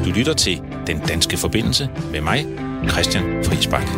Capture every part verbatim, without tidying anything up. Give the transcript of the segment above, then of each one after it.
Du lytter til Den Danske Forbindelse med mig, Christian Friisbach.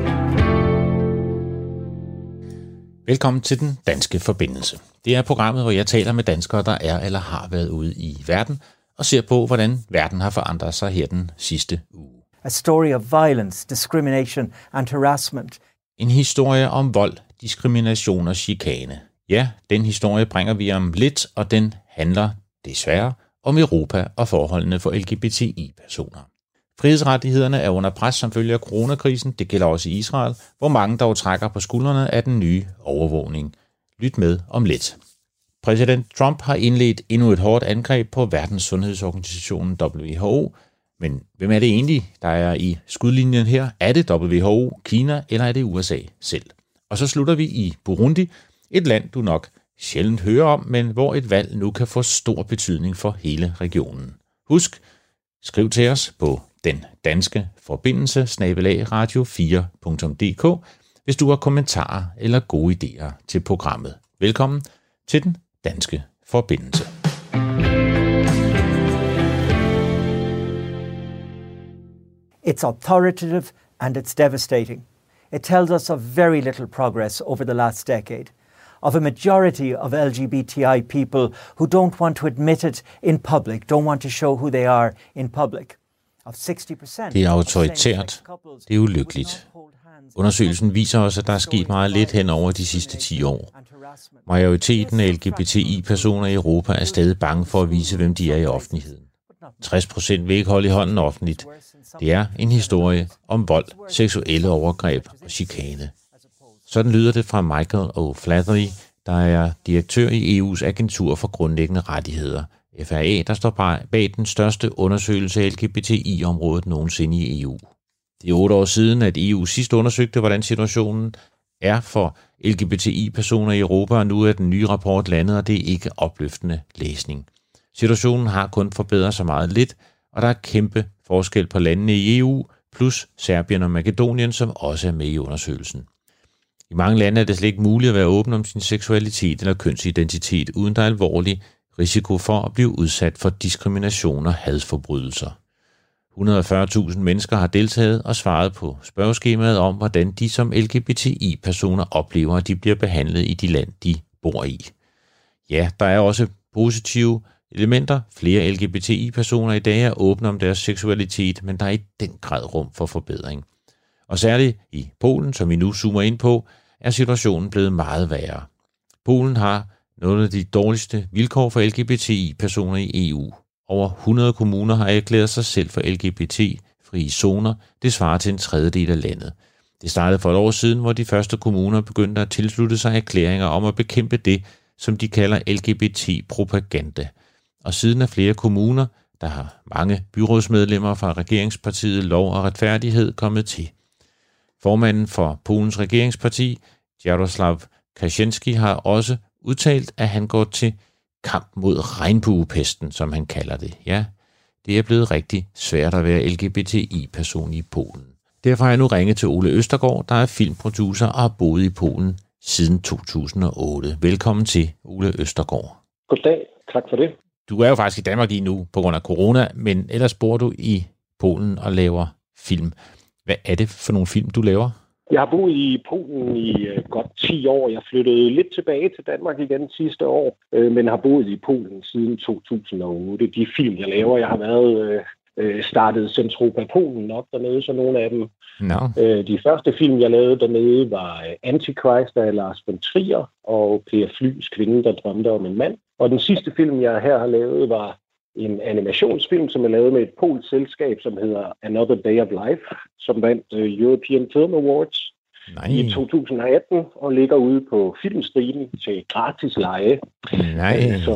Velkommen til Den Danske Forbindelse. Det er programmet, hvor jeg taler med danskere, der er eller har været ude i verden, og ser på, hvordan verden har forandret sig her den sidste uge. A story of violence, discrimination and harassment. En historie om vold, diskrimination og chikane. Ja, den historie bringer vi om lidt, og den handler desværre om Europa og forholdene for L G B T I-personer. Frihedsrettighederne er under pres som følge af coronakrisen. Det gælder også i Israel, hvor mange dog trækker på skuldrene af den nye overvågning. Lyt med om lidt. Præsident Trump har indledt endnu et hårdt angreb på Verdenssundhedsorganisationen W H O. Men hvem er det egentlig, der er i skudlinjen her? Er det W H O, Kina eller er det U S A selv? Og så slutter vi i Burundi, et land du nok sjældent hører om, men hvor et valg nu kan få stor betydning for hele regionen. Husk, skriv til os på Den Danske Forbindelse snabel-a radio fire punktum d k, hvis du har kommentarer eller gode idéer til programmet. Velkommen til Den Danske Forbindelse. It's authoritative and it's devastating. It tells us of very little progress over the last decade, of a majority of L G B T I people who don't want to admit it in public, don't want to show who they are in public. Of sixty percent. Det er autoritært. Det er ulykkeligt. Undersøgelsen viser også, at der er sket meget lidt hen over de sidste ti år. Majoriteten af L G B T I-personer i Europa er stadig bange for at vise, hvem de er i offentligheden. tres procent vil ikke holde i hånden offentligt. Det er en historie om vold, seksuelle overgreb og chikane. Sådan lyder det fra Michael O'Flaherty, der er direktør i E U's agentur for grundlæggende rettigheder, F R A, der står bag den største undersøgelse af L G B T I-området nogensinde i E U. Det er otte år siden, at E U sidst undersøgte, hvordan situationen er for L G B T I-personer i Europa, og nu er den nye rapport landet, og det er ikke opløftende læsning. Situationen har kun forbedret sig meget lidt, og der er kæmpe forskel på landene i E U, plus Serbien og Makedonien, som også er med i undersøgelsen. I mange lande er det slet ikke muligt at være åben om sin seksualitet eller kønsidentitet, uden der er alvorlig risiko for at blive udsat for diskrimination og hadforbrydelser. et hundrede og fyrre tusind mennesker har deltaget og svaret på spørgeskemaet om, hvordan de som L G B T I-personer oplever, at de bliver behandlet i de land, de bor i. Ja, der er også positive elementer. Flere L G B T I-personer i dag er åbne om deres seksualitet, men der er i den grad rum for forbedring. Og særligt i Polen, som vi nu zoomer ind på, er situationen blevet meget værre. Polen har nogle af de dårligste vilkår for L G B T I-personer i E U. Over hundrede kommuner har erklæret sig selv for L G B T-frie zoner. Det svarer til en tredjedel af landet. Det startede for et år siden, hvor de første kommuner begyndte at tilslutte sig erklæringer om at bekæmpe det, som de kalder L G B T-propaganda. Og siden er flere kommuner, der har mange byrådsmedlemmer fra regeringspartiet Lov og Retfærdighed, kommet til. Formanden for Polens regeringsparti, Jarosław Kaczyński, har også udtalt, at han går til kamp mod regnbuepesten, som han kalder det. Ja, det er blevet rigtig svært at være L G B T I-person i Polen. Derfor har jeg nu ringet til Ole Østergaard, der er filmproducer og har boet i Polen siden to tusind og otte. Velkommen til, Ole Østergaard. Goddag, tak for det. Du er jo faktisk i Danmark lige nu på grund af corona, men ellers bor du i Polen og laver film. Hvad er det for nogle film, du laver? Jeg har boet i Polen i uh, godt ti år. Jeg flyttede lidt tilbage til Danmark igen sidste år, uh, men har boet i Polen siden to tusind og otte. De film, jeg laver, jeg har været uh, startet Centropa Polen op dernede, så nogle af dem. No. Uh, de første film, jeg lavede dernede, var uh, Antichrist af Lars von Trier og Per Flys Kvinde, der drømte om en mand. Og den sidste film, jeg her har lavet, var en animationsfilm, som jeg lavede med et polsk selskab, som hedder Another Day of Life, som vandt uh, European Film Awards Nej. i to tusind og atten, og ligger ude på filmstriben til gratis leje. Nej. Så,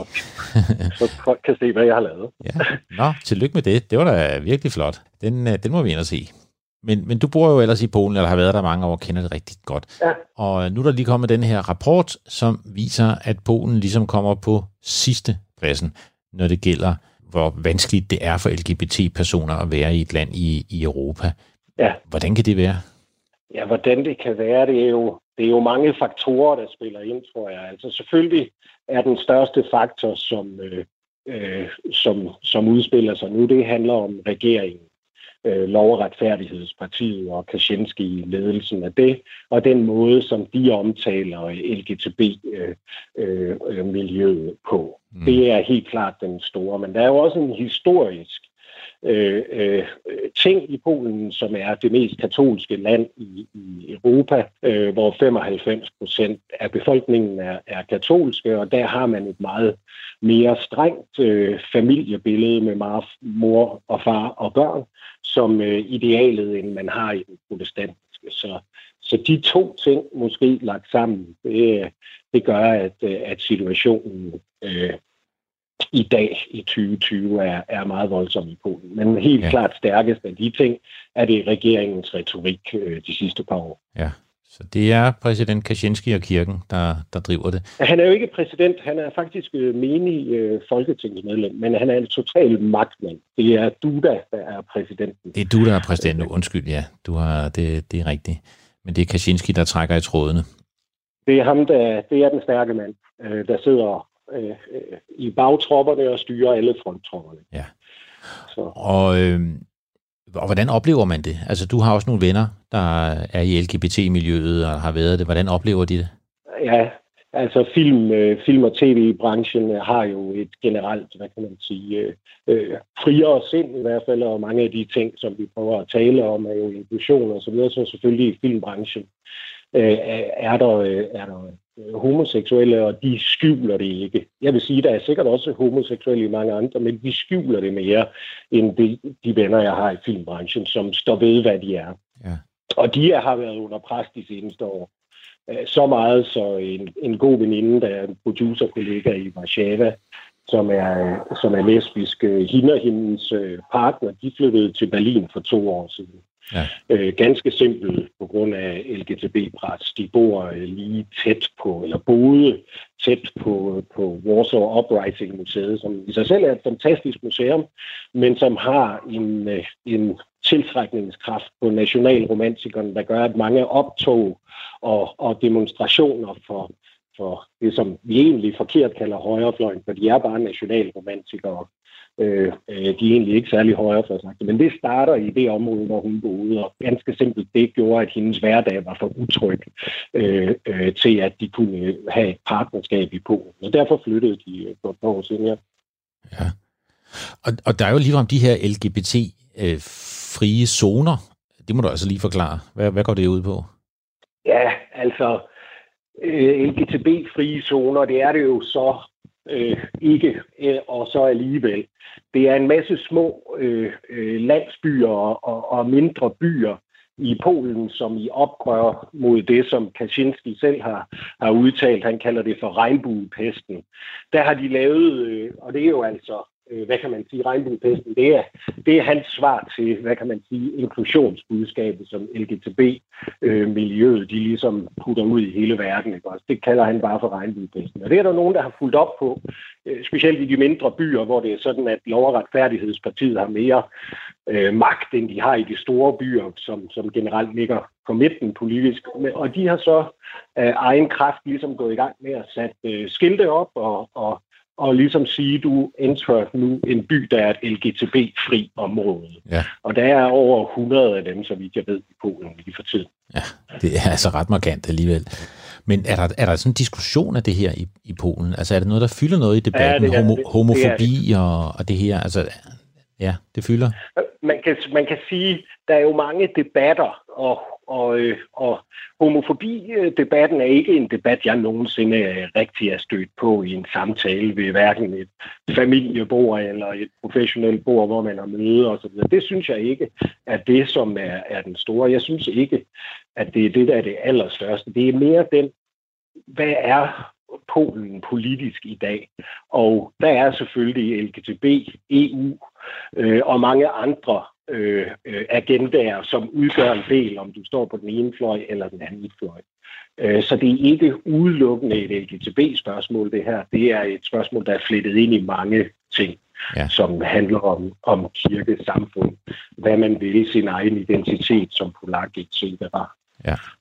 så folk kan se, hvad jeg har lavet. Ja. Nå, tillykke med det. Det var da virkelig flot. Den, den må vi ind og se. Men, men du bor jo ellers i Polen, eller har været der mange år, og kender det rigtig godt. Ja. Og nu er der lige kommet den her rapport, som viser, at Polen ligesom kommer på sidste pladsen, når det gælder, hvor vanskeligt det er for L G B T-personer at være i et land i, i Europa. Ja. Hvordan kan det være? Ja, hvordan det kan være, det er jo, det er jo mange faktorer, der spiller ind, tror jeg. Altså selvfølgelig er den største faktor, som, øh, øh, som, som udspiller sig nu, det handler om regeringen, øh, Lov- og Retfærdighedspartiet og Kaczynski-ledelsen af det, og den måde, som de omtaler L G T B-miljøet øh, øh, på. Mm. Det er helt klart den store, men der er jo også en historisk Øh, øh, ting i Polen, som er det mest katolske land i, i Europa, øh, hvor femoghalvfems procent af befolkningen er, er katolske, og der har man et meget mere strengt øh, familiebillede med meget mor og far og børn, som øh, idealet, end man har i den protestantiske. Så, så de to ting måske lagt sammen, det, det gør, at, at situationen øh, i dag i tyve tyve er, er meget voldsom i Polen. Men helt ja. klart stærkest af de ting er det regeringens retorik øh, de sidste par år. Ja, så det er præsident Kaczynski og kirken, der, der driver det. Han er jo ikke præsident, han er faktisk menig øh, folketingsmedlem, men han er en total magtmand. Det er Duda, der er præsidenten. Det er Duda, der er præsident nu. Undskyld, ja. Du har, det, det er rigtigt. Men det er Kaczynski, der trækker i trådene. Det er ham, der, det er den stærke mand, øh, der sidder Øh, øh, i bagtropperne og styrer alle fronttropperne. Ja. Så. Og, øh, og hvordan oplever man det? Altså, du har også nogle venner, der er i L G B T-miljøet og har været det. Hvordan oplever de det? Ja, altså film, øh, film- og tv-branchen har jo et generelt, hvad kan man sige, øh, øh, friere sind i hvert fald, og mange af de ting, som vi prøver at tale om, er jo inklusion og så videre, så selvfølgelig i filmbranchen øh, er der, øh, er der homoseksuelle, og de skjuler det ikke. Jeg vil sige, der er sikkert også homoseksuelle i mange andre, men de skjuler det mere, end de, de venner, jeg har i filmbranchen, som står ved, hvad de er. Ja. Og de har været under pres de seneste år. Så meget, så en, en god veninde, der er en producerkollega i Warszawa, som er, som er lesbisk, hende og hendes partner, de flyttede til Berlin for to år siden. Ja. Øh, ganske simpelt på grund af L G T B-pres. De bor øh, lige tæt på, eller boede tæt på, på Warsaw Uprising Museet, som i sig selv er et fantastisk museum, men som har en, øh, en tiltrækningskraft på nationalromantikerne, der gør, at mange optog og, og demonstrationer for, for det, som vi egentlig forkert kalder højrefløjen, for de er bare nationalromantikere. Øh, de er egentlig ikke særlig højrefløjsagtige, men det starter i det område, hvor hun boede, og ganske simpelt det gjorde, at hendes hverdag var for utryg øh, øh, til, at de kunne have et partnerskab i Polen. Og derfor flyttede de for et par år siden, ja. Ja. Og, og der er jo ligefrem de her L G B T-frie øh, zoner. Det må du altså lige forklare. Hvad, hvad går det ud på? Ja, altså øh, L G T B-frie zoner, det er det jo så Øh, ikke, øh, og så alligevel. Det er en masse små øh, øh, landsbyer og, og mindre byer i Polen, som i oprør mod det, som Kaczynski selv har, har udtalt. Han kalder det for regnbuepesten. Der har de lavet, øh, og det er jo altså, øh, hvad kan man sige, regnbuepesten, det er, det er hans svar til, hvad kan man sige, inklusionsbudskabet, som L G T B-miljøet, øh, de ligesom putter ud i hele verden. Ikke? Det kalder han bare for regnbuepesten. Og det er der nogen, der har fulgt op på, øh, specielt i de mindre byer, hvor det er sådan, at Lov- og Retfærdighedspartiet har mere øh, magt, end de har i de store byer, som, som generelt ligger på midten politisk. Og de har så af øh, egen kraft ligesom gået i gang med at sætte øh, skilte op og, og og ligesom sige, du entrer nu en by, der er et L G T B-fri område. Ja. Og der er over hundrede af dem, så vidt jeg ved, i Polen lige for tiden. Ja, det er altså ret markant alligevel. Men er der, er der sådan en diskussion af det her i, i Polen? Altså er det noget, der fylder noget i debatten? Ja, det er, Homo, det, homofobi det det. Og, og det her? Altså, ja, det fylder. Man kan, man kan sige, der er jo mange debatter, og, og, og homofobi-debatten er ikke en debat, jeg nogensinde rigtig er stødt på i en samtale ved hverken et familiebord eller et professionelt bord, hvor man har møde og så videre. Det synes jeg ikke er det, som er, er den store. Jeg synes ikke, at det er det, der er det allerstørste. Det er mere den, hvad er Polen politisk i dag? Og der er selvfølgelig L G T B, E U øh, og mange andre øh, agendaer, som udgør en del, om du står på den ene fløj eller den anden fløj. Øh, så det er ikke udelukkende et L G T B-spørgsmål, det her. Det er et spørgsmål, der er flettet ind i mange ting, ja. Som handler om, om kirke, samfund, hvad man vil, sin egen identitet som polak, et cetera. Ja.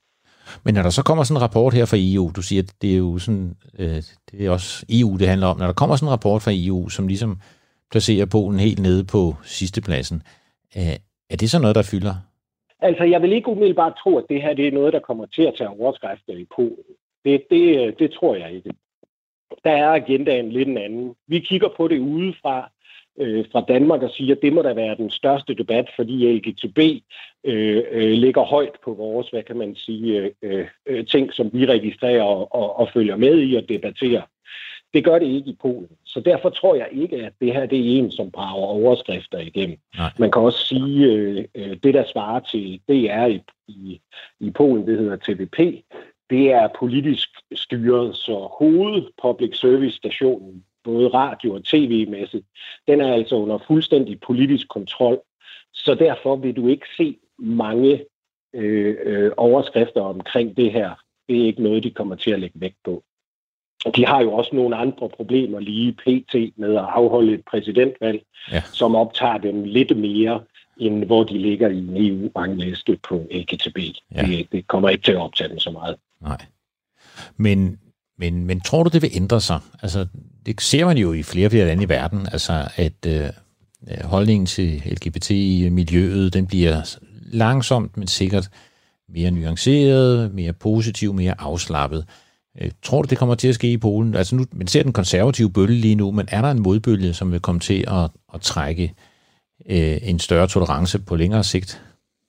Men når der så kommer sådan en rapport her fra E U, du siger, at det er jo sådan, øh, det er også E U, det handler om. Når der kommer sådan en rapport fra E U, som ligesom placerer Polen helt nede på sidstepladsen, øh, er det så noget, der fylder? Altså, jeg vil ikke umiddelbart tro, at det her det er noget, der kommer til at tage overskrifter i Polen. Det, det, det tror jeg ikke. Der er agendaen lidt en anden. Vi kigger på det udefra, øh, fra Danmark og siger, at det må da være den største debat, fordi L G B T øh, øh, ligger højt på vores, hvad kan man sige, øh, øh, ting, som vi registrerer og, og, og følger med i og debatterer. Det gør det ikke i Polen. Så derfor tror jeg ikke, at det her det er en, som brager overskrifter igennem. Nej. Man kan også sige, øh, det der svarer til D R i, i, i Polen, det hedder T V P, det er politisk styret, så hoved public service stationen, både radio- og tv-mæssigt, den er altså under fuldstændig politisk kontrol. Så derfor vil du ikke se mange øh, øh, overskrifter omkring det her. Det er ikke noget, de kommer til at lægge vægt på. De har jo også nogle andre problemer lige pt. Med at afholde et præsidentvalg, ja. Som optager dem lidt mere, end hvor de ligger i en E U-rangliste på L G B T. Ja. Det, det kommer ikke til at optage dem så meget. Nej. Men, men, men tror du, det vil ændre sig? Altså, det ser man jo i flere og flere lande i verden, altså at øh, holdningen til L G B T-miljøet, den bliver langsomt, men sikkert mere nuanceret, mere positiv, mere afslappet. Tror du, det kommer til at ske i Polen? Altså nu, man ser den konservative bølge lige nu, men er der en modbølge, som vil komme til at, at trække øh, en større tolerance på længere sigt?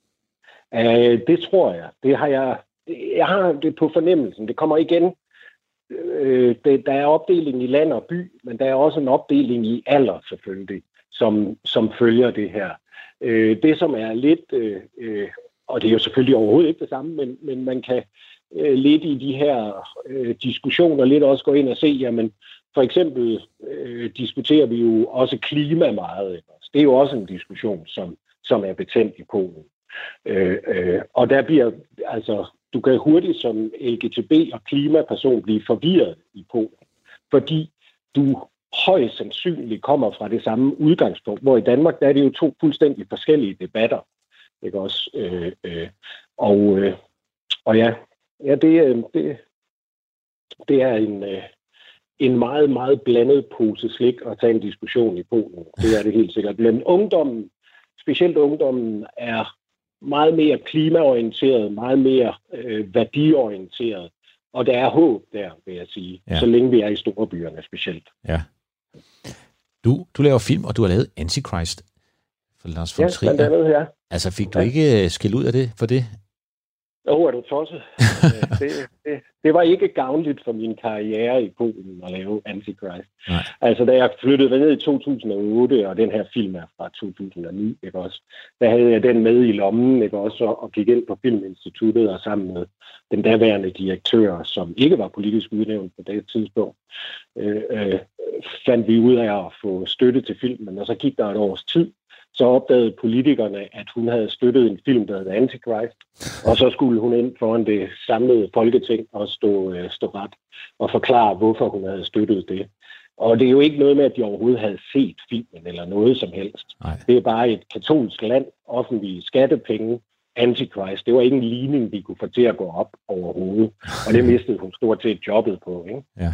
Uh, det tror jeg. Det har jeg, jeg har det på fornemmelsen. Det kommer igen. Uh, det, der er opdeling i land og by, men der er også en opdeling i alder selvfølgelig, som, som følger det her. Uh, det, som er lidt, uh, uh, og det er jo selvfølgelig overhovedet ikke det samme, men, men man kan lidt i de her øh, diskussioner lidt også gå ind og se, jamen for eksempel øh, diskuterer vi jo også klima meget. Ikke? Det er jo også en diskussion, som, som er betændt i Polen. Øh, øh, og der bliver, altså, du kan hurtigt som L G B T og klimaperson blive forvirret i Polen, fordi du højst sandsynligt kommer fra det samme udgangspunkt, hvor i Danmark, der er det jo to fuldstændig forskellige debatter. Ikke også? Øh, øh, og, øh, og ja, Ja, det, det, det er en, en meget, meget blandet pose slik at tage en diskussion i Polen. Det er det helt sikkert. Men ungdommen, specielt ungdommen, er meget mere klimaorienteret, meget mere øh, værdiorienteret. Og der er håb der, vil jeg sige. Ja. Så længe vi er i store byerne specielt. Ja. Du, du laver film, og du har lavet Antichrist for Lars von Trier. Ja, blandt andet, ja. Altså, fik du ikke skæld ud af det for det? Åh, oh, er du tosset? det, det, det var ikke gavnligt for min karriere i Polen at lave Antichrist. Nej. Altså, da jeg flyttede ned i to tusind og otte, og den her film er fra to tusind og ni, ikke også? Der havde jeg den med i lommen, ikke også? Og gik ind på Filminstituttet og sammen med den daværende direktør, som ikke var politisk udnævnt på det tidspunkt, øh, øh, fandt vi ud af at få støtte til filmen, og så gik der et års tid. Så opdagede politikerne, at hun havde støttet en film, der hed Antichrist, og så skulle hun ind foran det samlede folketing og stå, øh, stå ret og forklare, hvorfor hun havde støttet det. Og det er jo ikke noget med, at de overhovedet havde set filmen eller noget som helst. Nej. Det er bare et katolsk land, offentlige skattepenge, Antichrist. Det var ikke en ligning, vi kunne få til at gå op overhovedet. Og det mistede hun stort set jobbet på, ikke? Ja.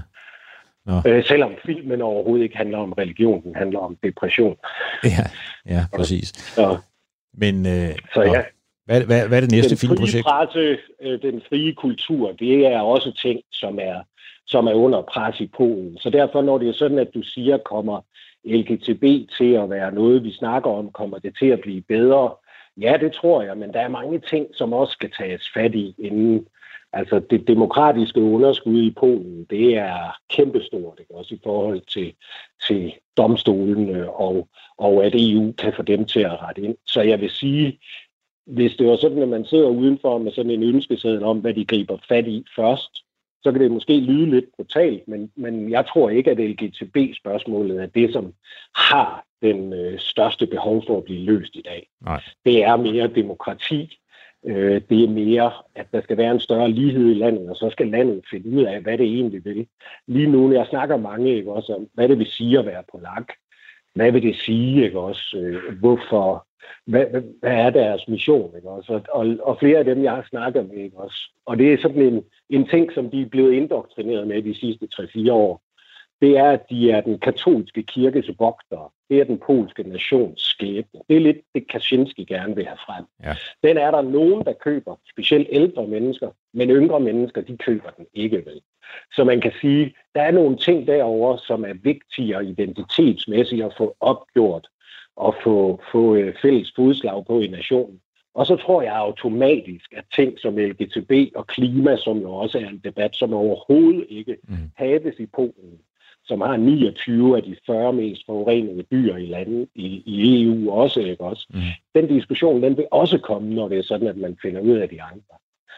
Øh, selvom filmen overhovedet ikke handler om religion, den handler om depression. Ja, ja, præcis. Så, Men øh, så ja. Hvad, hvad, hvad er det næste filmprojekt? Den frie presse, øh, den frie kultur, det er også ting, som er, som er under pres i Polen. Så derfor, når det er sådan, at du siger, kommer L G B T til at være noget, vi snakker om, kommer det til at blive bedre? Ja, det tror jeg, men der er mange ting, som også skal tages fat i inden. Altså det demokratiske underskud i Polen, det er kæmpestort, ikke? Også i forhold til, til domstolene, og, og at E U kan få dem til at rette ind. Så jeg vil sige, hvis det var sådan, at man sidder udenfor med sådan en ønskeseddel om, hvad de griber fat i først, så kan det måske lyde lidt brutalt, men, men jeg tror ikke, at L G B T-spørgsmålet er det, som har den øh, største behov for at blive løst i dag. Nej. Det er mere demokrati. Øh, det er mere, at der skal være en større lighed i landet, og så skal landet finde ud af, hvad det egentlig vil. Lige nu, når jeg snakker mange, ikke, også om, hvad det vil sige at være polak. Hvad vil det sige, ikke, også? Øh, hvorfor hvad, hvad, hvad er deres mission, ikke også? Og, og flere af dem, jeg har snakket med, ikke også? Og det er sådan en, en ting, som de er blevet indoktrineret med de sidste tre fire år. Det er, at de er den katolske kirkes vogtere. Det er den polske nations skæbne. Det er lidt det, Kaczynski gerne vil have frem. Ja. Den er der nogen, der køber, specielt ældre mennesker, men yngre mennesker, de køber den ikke vel. Så man kan sige, der er nogle ting derovre, som er vigtigere identitetsmæssigt at få opgjort og få, få fælles fodslag på i nationen. Og så tror jeg automatisk, at ting som L G B T og klima, som jo også er en debat, som overhovedet ikke mm. haves i Polen, som har niogtyve af de fyrre mest forurenede byer i landet, i, i E U også, ikke også? Mm. Den diskussion, den vil også komme, når det er sådan, at man finder ud af de andre.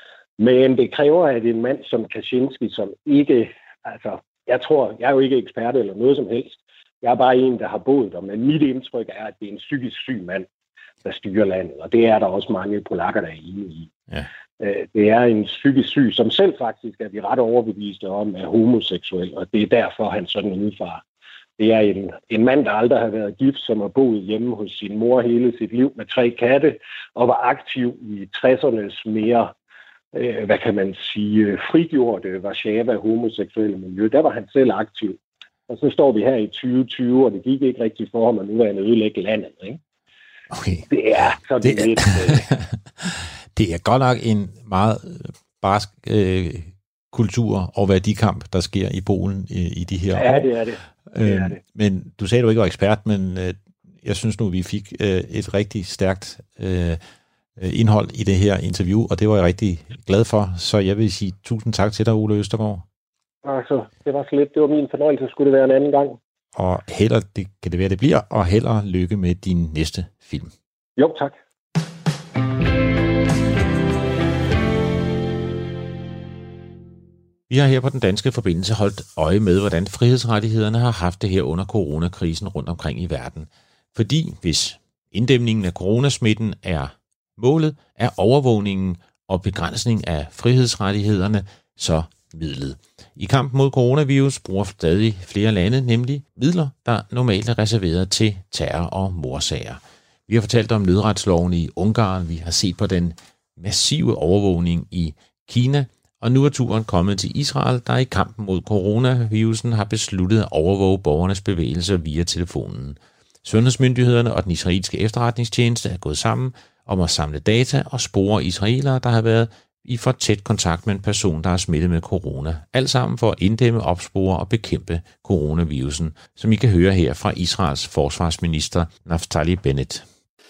Men det kræver, at en mand som Kaczynski, som ikke, altså, jeg tror, jeg er jo ikke ekspert eller noget som helst, jeg er bare en, der har boet der, men mit indtryk er, at det er en psykisk syg mand, der styrer landet, og det er der også mange polakker, der er enige i. Ja. Det er en psykisk syg, som selv faktisk er vi ret overbeviste om, er homoseksuel, og det er derfor, han sådan udfar. Det er en, en mand, der aldrig har været gift, som har boet hjemme hos sin mor hele sit liv med tre katte, og var aktiv i tressernes mere, øh, hvad kan man sige, frigjorte Warszawa homoseksuelle miljø. Der var han selv aktiv. Og så står vi her i tyve tyve, og det gik ikke rigtigt for ham, og nu er han ødelægge landet, ikke? Okay. Det er sådan det er, lidt... Øh... det er godt nok en meget barsk øh, kultur- og værdikamp, der sker i Polen i, i de her ja, år. det er det. det, er det. Øh, men du sagde, du ikke var ekspert, men øh, jeg synes nu, vi fik øh, et rigtig stærkt øh, indhold i det her interview, og det var jeg rigtig glad for. Så jeg vil sige tusind tak til dig, Ole Østergaard. Altså, det var så lidt. Det var min fornøjelse. Skulle det være en anden gang? Og heller, det kan det være, det bliver, og heller lykke med din næste film. Jo, tak. Vi har her på Den Danske Forbindelse holdt øje med, hvordan frihedsrettighederne har haft det her under coronakrisen rundt omkring i verden. Fordi hvis inddæmningen af coronasmitten er målet, er overvågningen og begrænsning af frihedsrettighederne så midlet. I kampen mod coronavirus bruger stadig flere lande nemlig midler, der normalt er reserveret til terror og mordsager. Vi har fortalt om nødretsloven i Ungarn, vi har set på den massive overvågning i Kina, og nu er turen kommet til Israel, der i kampen mod coronavirusen har besluttet at overvåge borgernes bevægelser via telefonen. Sundhedsmyndighederne og den israelske efterretningstjeneste er gået sammen om at samle data og spore israelere, der har været i for tæt kontakt med en person, der er smittet med corona. Alt sammen for at inddæmme, opspore og bekæmpe coronavirusen, som I kan høre her fra Israels forsvarsminister Naftali Bennett.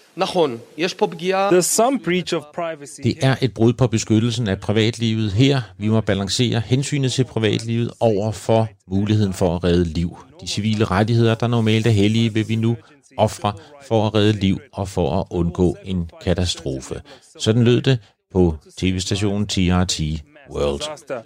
Det er et brud på beskyttelsen af privatlivet her. Vi må balancere hensynet til privatlivet over for muligheden for at redde liv. De civile rettigheder, der normalt er hellige, vil vi nu ofre for at redde liv og for at undgå en katastrofe. Sådan lød det på tv-stationen T R T World.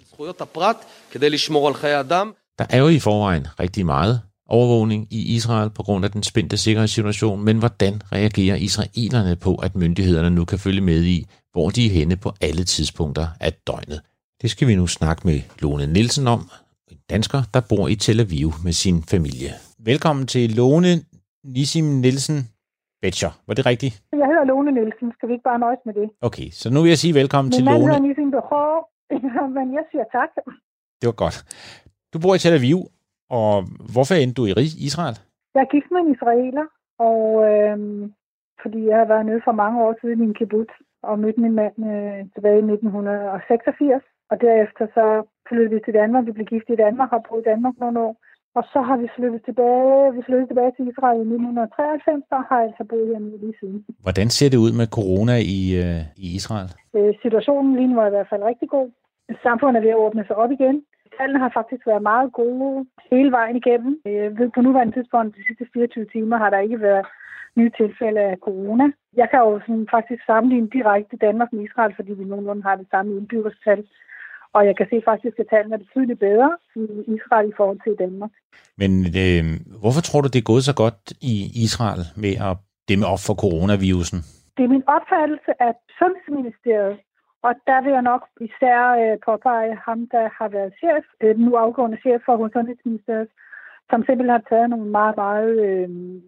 Der er jo i forvejen rigtig meget overvågning i Israel på grund af den spændte sikkerhedssituation, men hvordan reagerer israelerne på, at myndighederne nu kan følge med i, hvor de er henne på alle tidspunkter af døgnet? Det skal vi nu snakke med Lone Nielsen om, en dansker, der bor i Tel Aviv med sin familie. Velkommen til Lone Nissim Nielsen Betscher. Var det rigtigt? Jeg hedder Lone Nielsen. Skal vi ikke bare nøjes med det? Okay, så nu vil jeg sige velkommen Min til Lone. Min mand hedder Nissim Betscher, men jeg siger tak. Det var godt. Du bor i Tel Aviv, og hvorfor endte du i Israel? Jeg er gift med en israeler, og øhm, fordi jeg har været nede for mange år siden i en kibbutz og mødte min mand øh, tilbage i nitten seksogfirs. Og derefter så flyttede vi til Danmark. Vi blev gift i Danmark og har boet i Danmark nogle år. Og så har vi flyttet tilbage, vi flyttede tilbage til Israel i nitten treoghalvfems, og har altså boet hernede lige siden. Hvordan ser det ud med corona i, øh, i Israel? Øh, situationen lige nu er i hvert fald rigtig god. Samfundet er ved at åbne sig op igen. Tallene har faktisk været meget gode hele vejen igennem. Jeg ved, på nuværende tidspunkt, de sidste fireogtyve timer, har der ikke været nye tilfælde af corona. Jeg kan jo sådan faktisk sammenligne direkte Danmark med Israel, fordi vi nogenlunde har det samme indbyggerstal. Og jeg kan se faktisk, at tallene er betydeligt bedre i Israel i forhold til Danmark. Men øh, hvorfor tror du, det er gået så godt i Israel med at dæmme op for coronavirusen? Det er min opfattelse, at Sundhedsministeriet, og der vil jeg nok især øh, påpege ham, der har været chef, øh, nu afgående chef for Sundhedsministeriet, som simpelthen har taget nogle meget, meget øh,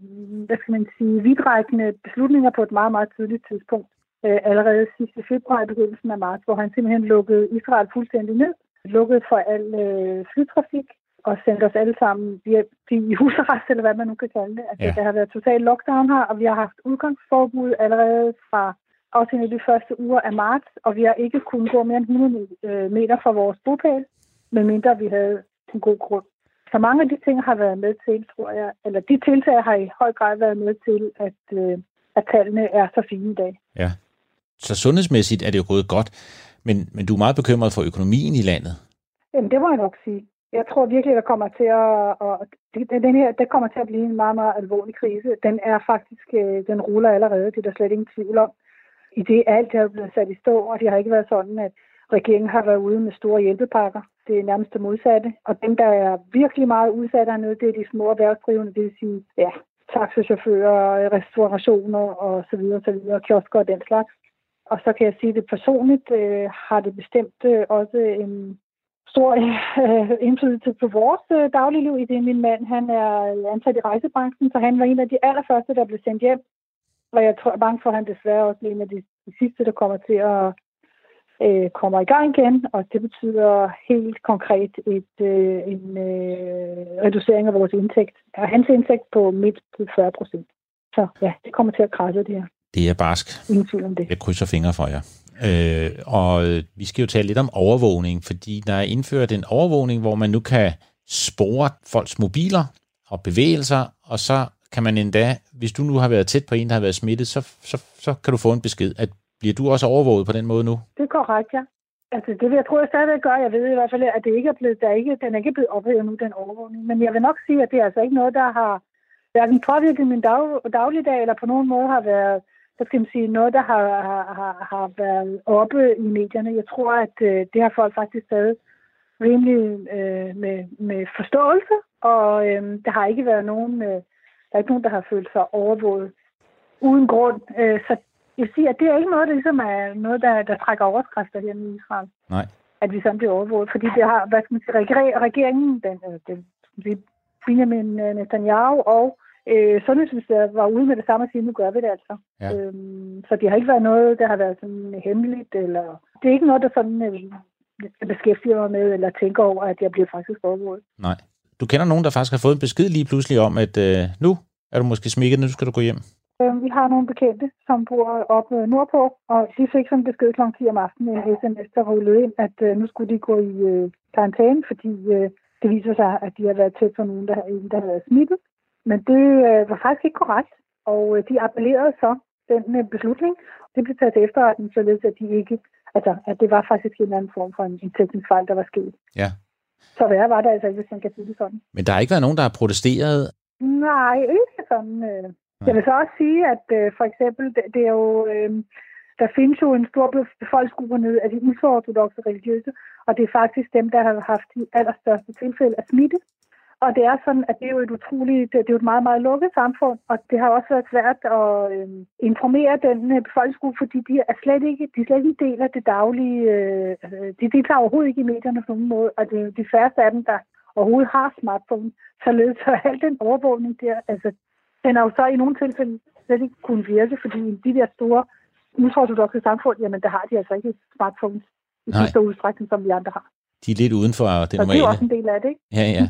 hvad skal man sige, vidtrækkende beslutninger på et meget, meget tidligt tidspunkt. Øh, allerede sidste februar i begyndelsen af marts, hvor han simpelthen lukkede Israel fuldstændig ned, lukkede for al øh, flytrafik og sendte os alle sammen i husarrest, eller hvad man nu kan kalde det. Altså, ja. Der har været total lockdown her, og vi har haft udgangsforbud allerede fra også i de første uger af marts, og vi har ikke kunnet gå mere end hundrede meter fra vores bopæl, medmindre vi havde en god grund. Så mange af de ting har været med til, tror jeg, eller de tiltag har i høj grad været med til, at, øh, at tallene er så fine i dag. Ja, så sundhedsmæssigt er det jo gået godt, men, men du er meget bekymret for økonomien i landet. Jamen, det må jeg nok sige. Jeg tror virkelig, der kommer til at, og den her, der kommer til at blive en meget, meget alvorlig krise. Den er faktisk, den ruller allerede, det er der slet ingen tvivl om. I det alt er blevet sat i stå, og det har ikke været sådan, at regeringen har været ude med store hjælpepakker. Det er nærmest det modsatte. Og dem, der er virkelig meget udsatte hernede, det er de små erhvervsdrivende, det vil sige, ja, taxachauffører, restaurationer og så videre, så videre, kiosker og den slags. Og så kan jeg sige, det personligt øh, har det bestemt øh, også en stor øh, indflydelse på vores øh, dagligliv. I det min mand, han er ansat i rejsebranchen, så han var en af de allerførste, der blev sendt hjem. Og jeg tror, jeg er bange for, at han desværre også er en af de, de sidste, der kommer til at øh, komme i gang igen. Og det betyder helt konkret et, øh, en øh, reducering af vores indtægt. Og hans indtægt på midt på fyrre procent. Så ja, det kommer til at krasse det her. Det er barsk. Ingen tvivl om det. Jeg krydser fingre for jer. Øh, og vi skal jo tale lidt om overvågning, fordi der er indført en overvågning, hvor man nu kan spore folks mobiler og bevægelser, og så kan man endda, hvis du nu har været tæt på en, der har været smittet, så, så, så kan du få en besked. At, bliver du også overvåget på den måde nu? Det er korrekt, ja. Altså, det vil jeg tror, jeg stadigvæk gør. Jeg ved i hvert fald, at det ikke er blevet, der ikke, den er ikke blevet ophævet nu, den overvågning. Men jeg vil nok sige, at det er altså ikke noget, der har hverken påvirket min dag, dagligdag, eller på nogen måde har været, der skal man sige, noget, der har, har, har været oppe i medierne. Jeg tror, at øh, det har folk faktisk taget rimelig øh, med, med forståelse, og øh, der har ikke været nogen, øh, der er ikke nogen, der har følt sig overvåget uden grund. Øh, så jeg vil sige, at det er ikke noget, der ligesom er noget, der, der trækker overskrifter her i Israel. Nej. At vi sådan bliver overvåget, fordi det har, hvad skal man sige, regeringen, den, den, den Benjamin Netanyahu og Øh, Sundhedsministeriet var ude med det samme og sige, nu gør vi det altså. Ja. Øhm, så det har ikke været noget, der har været sådan hemmeligt, eller det er ikke noget, der sådan øh, beskæftiger mig med, eller tænker over, at jeg bliver faktisk overvåget. Nej. Du kender nogen, der faktisk har fået en besked lige pludselig om, at øh, nu er du måske smikket, nu skal du gå hjem? Øh, vi har nogle bekendte, som bor oppe nordpå, og de fik sådan en besked klokken ti om aftenen, en sms, der rullede ind, at øh, nu skulle de gå i øh, karantæne, fordi øh, det viser sig, at de har været tæt på nogen, der, der har været smittet. Men det øh, var faktisk ikke korrekt, og øh, de appellerede så den øh, beslutning. Det blev taget til efterretning, således at de ikke, altså at det var faktisk en eller anden form for en, en teknisk fejl, der var sket. Ja. Så værre var det altså ikke, hvis man kan sige det sådan. Men der har ikke været nogen, der har protesteret? Nej, ikke sådan. Øh. Jeg vil så også sige, at øh, for eksempel, det, det er jo, øh, der findes jo en stor befolkningsgruppe nede af de ultraortodoxe religiøse, og det er faktisk dem, der har haft de allerstørste tilfælde af smitte. Og det er sådan, at det er jo et utroligt, det er jo et meget, meget lukket samfund, og det har også været svært at øh, informere den øh, befolkningsgruppe, fordi de er slet ikke, de er slet ikke en del af det daglige, øh, de deltager overhovedet ikke i medierne på nogen måde, og det er de færreste af dem, der overhovedet har smartphone, således så al den overvågning der, altså den har jo så i nogle tilfælde slet ikke kunne virke, fordi de der store ultraortodoxe samfund, jamen der har de altså ikke smartphones i så stor udstrækning, som vi andre har. De er lidt uden for det normale. Så det er også en del af det, ikke? Ja, ja.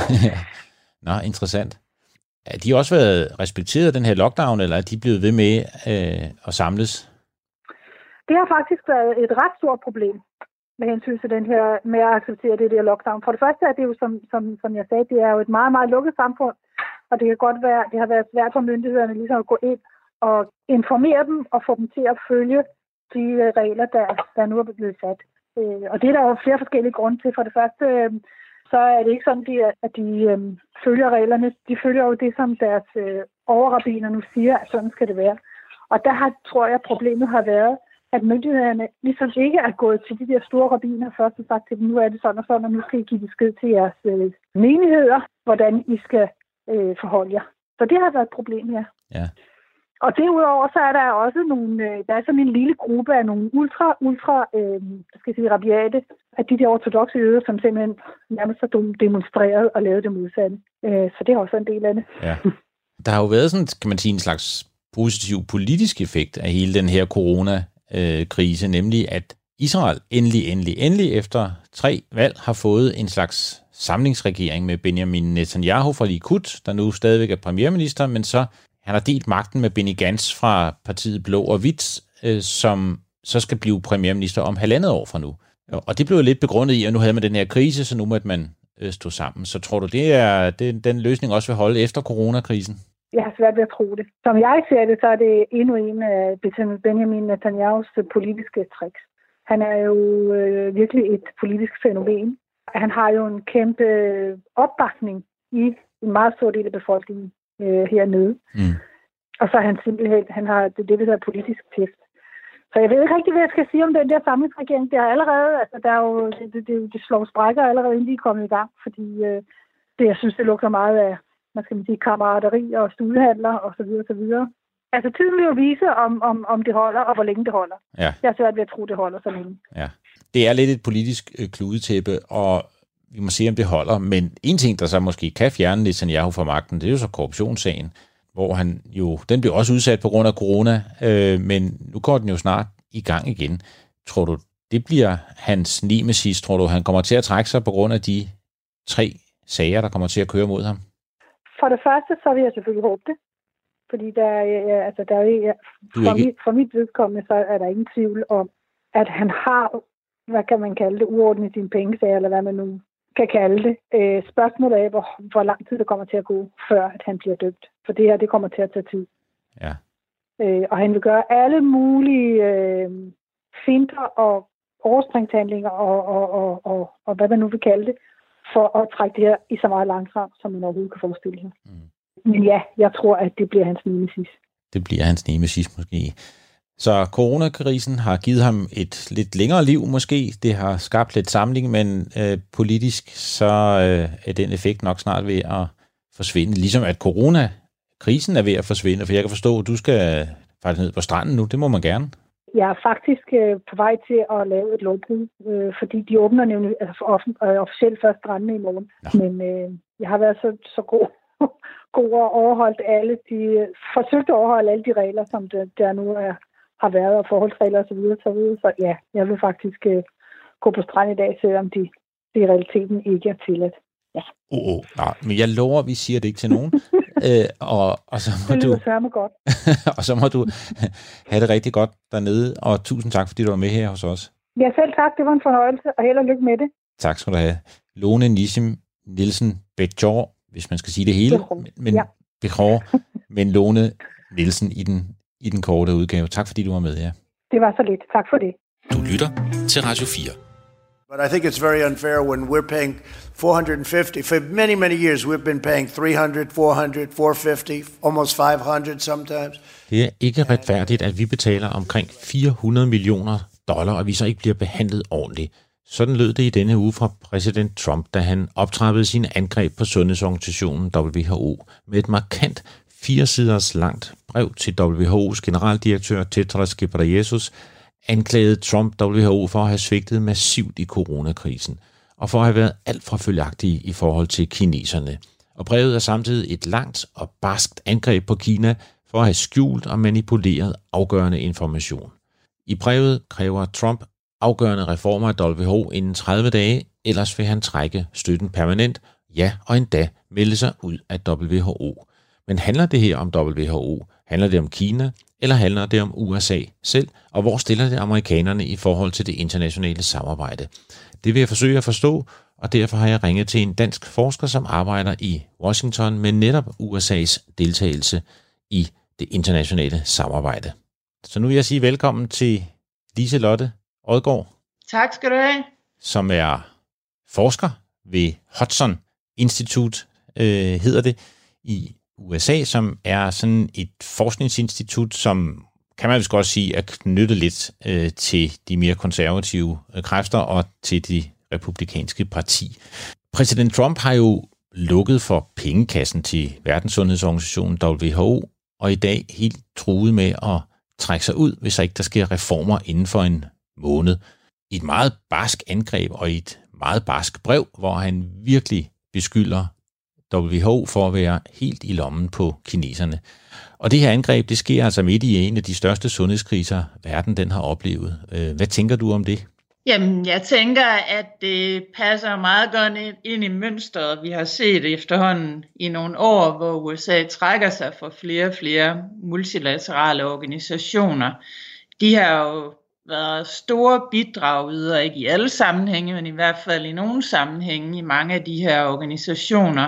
Nå, interessant. Er de også været respekteret af den her lockdown, eller er de blevet ved med øh, at samles? Det har faktisk været et ret stort problem med hensyn til den her, med at acceptere det der lockdown. For det første er det jo, som, som, som jeg sagde, det er jo et meget, meget lukket samfund, og det kan godt være, det har været svært for myndighederne ligesom at gå ind og informere dem og få dem til at følge de regler, der, der nu er blevet sat. Og det er der jo flere forskellige grunde til. For det første, så er det ikke sådan, at de følger reglerne. De følger jo det, som deres overrabbiner nu siger, at sådan skal det være. Og der har, tror jeg, problemet har været, at myndighederne ligesom ikke er gået til de der store rabbiner først og sagt til dem, nu er det sådan og sådan, og nu skal I give besked til jeres menigheder, hvordan I skal øh, forholde jer. Så det har været et problem, ja. Ja. Og derudover så er der også nogle, der er sådan en lille gruppe af nogle ultra, ultra, øh, skal jeg sige, rabiate, af de der ortodoxe jøder, som simpelthen nærmest har demonstreret og lavet det modsatte. Øh, så det er også en del af det. Ja. Der har jo været sådan, kan man sige, en slags positiv politisk effekt af hele den her coronakrise, nemlig at Israel endelig, endelig, endelig efter tre valg har fået en slags samlingsregering med Benjamin Netanyahu fra Likud, der nu stadigvæk er premierminister, men så han har delt magten med Benny Gantz fra partiet Blå og Hvidt, øh, som så skal blive premierminister om halvandet år fra nu. Og det blev lidt begrundet i, at nu havde man den her krise, så nu måtte man øh, stå sammen. Så tror du, det er det, den løsning også vil holde efter coronakrisen? Jeg har svært ved at tro det. Som jeg ser det, så er det endnu en af Benjamin Netanyahus politiske tricks. Han er jo øh, virkelig et politisk fænomen. Han har jo en kæmpe opbakning i en meget stor del af befolkningen øh, hernede. Mm. Og så er han simpelthen, han har det, det vil hedder politisk tæft. Så jeg ved ikke rigtig, hvad jeg skal sige om den der samlingsregering. Det har allerede, altså der er jo, det, det, det slår sprækker allerede, inden de er kommet i gang, fordi øh, det, jeg synes, det lugter meget af, hvad skal man sige, kammerateri og studehandler og så videre, så videre. Altså tiden vil jo vise, om, om, om det holder, og hvor længe det holder. Ja. Jeg er svært ved at tro, det holder så længe. Ja. Det er lidt et politisk øh, kludetæppe, og vi må se, om det holder. Men en ting, der så måske kan fjerne Netanyahu fra magten, det er jo så korruptionssagen, hvor han jo, den blev også udsat på grund af corona, øh, men nu går den jo snart i gang igen. Tror du, det bliver hans nemesis? Tror du, han kommer til at trække sig på grund af de tre sager, der kommer til at køre mod ham? For det første, så vil jeg selvfølgelig håbe det. Fordi der, altså der er, for, ikke... mit, for mit vedkommende, så er der ingen tvivl om, at han har, hvad kan man kalde det, uordnet i sine pengesager, eller hvad man nu kan kalde det. Øh, spørgsmålet er, hvor, hvor lang tid det kommer til at gå, før at han bliver dømt. For det her, det kommer til at tage tid. Ja. Øh, og han vil gøre alle mulige øh, finter og overspringshandlinger og, og, og, og, og hvad man nu vil kalde det, for at trække det her i så meget langsomt, som man overhovedet kan forestille sig. Mm. Men ja, jeg tror, at det bliver hans nemesis. Det bliver hans nemesis måske. Så coronakrisen har givet ham et lidt længere liv måske. Det har skabt lidt samling, men øh, politisk så øh, er den effekt nok snart ved at forsvinde. Ligesom at coronakrisen er ved at forsvinde, for jeg kan forstå, at du skal faktisk ned på stranden nu. Det må man gerne. Jeg er faktisk øh, på vej til at lave et lovbrud, øh, fordi de åbner nemlig altså, øh, officielt først strandene i morgen. Nå. Men øh, jeg har været så, så god, god og overholdt alle de, forsøgt at overholde alle de regler, som det, der nu er, har været, og forholdsregler osv. Så, videre, så, videre. Så ja, jeg vil faktisk øh, gå på strand i dag, selvom de, de i realiteten ikke er tilladt. Ja. Oh, oh, nej, men jeg lover, at vi siger det ikke til nogen. øh, og, og, så må det du, godt. og så må du have det rigtig godt dernede, og tusind tak, fordi du var med her hos os. Ja, selv tak. Det var en fornøjelse, og held og lykke med det. Tak skal du have. Lone Nissum Nielsen Bechor, hvis man skal sige det hele, men, ja. Bechor, men Lone Nielsen i den, i den korte udgave. Tak fordi du var med her. Det var så lidt. Tak for det. Du lytter til Radio fire. But I think it's very unfair when we're paying four hundred fifty. For many, many years, we've been paying three hundred, four hundred, four fifty, almost five hundred sometimes. Det er ikke retfærdigt, at vi betaler omkring fire hundrede millioner dollar, og vi så ikke bliver behandlet ordentligt. Sådan lød det i denne uge fra præsident Trump, da han optrappede sine angreb på sundhedsorganisationen W H O med et markant fire siders langt brev til W H O's generaldirektør Tedros Ghebreyesus, anklagede Trump W H O for at have svigtet massivt i coronakrisen, og for at have været alt for følgagtige i forhold til kineserne. Og brevet er samtidig et langt og barskt angreb på Kina for at have skjult og manipuleret afgørende information. I brevet kræver Trump afgørende reformer af W H O inden tredive dage, ellers vil han trække støtten permanent, ja og endda melde sig ud af W H O. Men handler det her om W H O? Handler det om Kina? Eller handler det om U S A selv? Og hvor stiller det amerikanerne i forhold til det internationale samarbejde? Det vil jeg forsøge at forstå, og derfor har jeg ringet til en dansk forsker, som arbejder i Washington med netop U S A's deltagelse i det internationale samarbejde. Så nu vil jeg sige velkommen til Lise-Lotte Odgaard. Tak skal du have. Som er forsker ved Hudson Institute, øh, hedder det, i U S A, som er sådan et forskningsinstitut, som kan man vist godt sige er knyttet lidt øh, til de mere konservative øh, kræfter og til det republikanske parti. Præsident Trump har jo lukket for pengekassen til Verdenssundhedsorganisationen W H O, og i dag helt truet med at trække sig ud, hvis ikke der sker reformer inden for en måned. I et meget barsk angreb og i et meget barsk brev, hvor han virkelig beskylder W H O for at være helt i lommen på kineserne. Og det her angreb, det sker altså midt i en af de største sundhedskriser, verden den har oplevet. Hvad tænker du om det? Jamen, jeg tænker, at det passer meget godt ind i mønstret, vi har set efterhånden i nogle år, hvor U S A trækker sig fra flere og flere multilaterale organisationer. De har jo været store bidragydere, ikke i alle sammenhænge, men i hvert fald i nogle sammenhænge i mange af de her organisationer.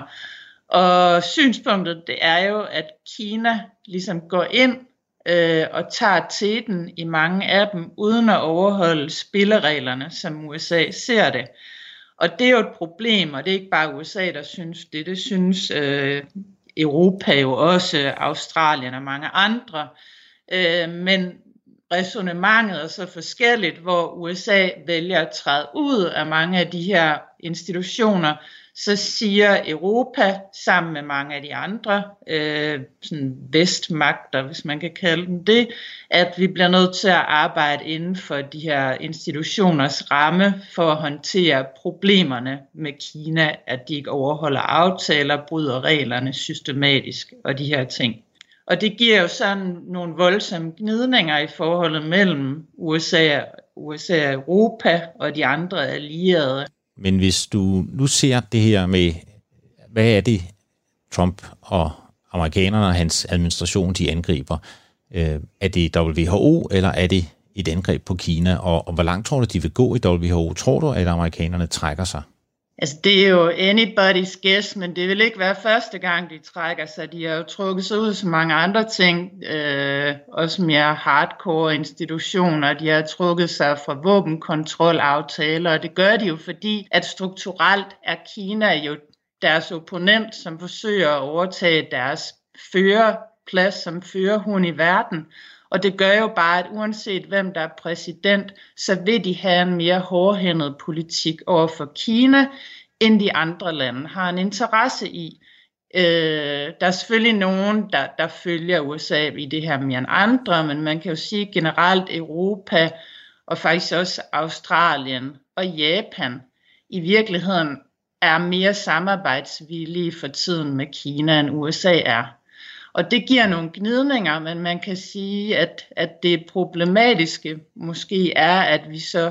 Og synspunktet det er jo, at Kina ligesom går ind øh, og tager teten i mange af dem, uden at overholde spillereglerne, som U S A ser det. Og det er jo et problem, og det er ikke bare U S A, der synes det. Det synes øh, Europa jo også, Australien og mange andre. Øh, men resonemanget er så forskelligt, hvor U S A vælger at træde ud af mange af de her institutioner, så siger Europa sammen med mange af de andre øh, sådan vestmagter, hvis man kan kalde dem det, at vi bliver nødt til at arbejde inden for de her institutioners ramme for at håndtere problemerne med Kina, at de ikke overholder aftaler, bryder reglerne systematisk og de her ting. Og det giver jo sådan nogle voldsomme gnidninger i forholdet mellem U S A, U S A og Europa og de andre allierede. Men hvis du nu ser det her med, hvad er det Trump og amerikanerne og hans administration, de angriber? Øh, er det W H O, eller er det et angreb på Kina? Og, og hvor langt tror du, de vil gå i W H O? Tror du, at amerikanerne trækker sig? Altså, det er jo anybody's guess, men det vil ikke være første gang, de trækker sig. De har jo trukket sig ud så mange andre ting, øh, også mere hardcore institutioner. De har trukket sig fra våbenkontrolaftaler, og det gør de jo, fordi at strukturelt er Kina jo deres opponent, som forsøger at overtage deres førerplads som førerhund i verden. Og det gør jo bare, at uanset hvem der er præsident, så vil de have en mere hårdhændet politik over for Kina, end de andre lande har en interesse i. Øh, der er selvfølgelig nogen, der, der følger U S A i det her mere end andre, men man kan jo sige generelt Europa og faktisk også Australien og Japan i virkeligheden er mere samarbejdsvillige for tiden med Kina, end U S A er. Og det giver nogle gnidninger, men man kan sige, at, at det problematiske måske er, at vi så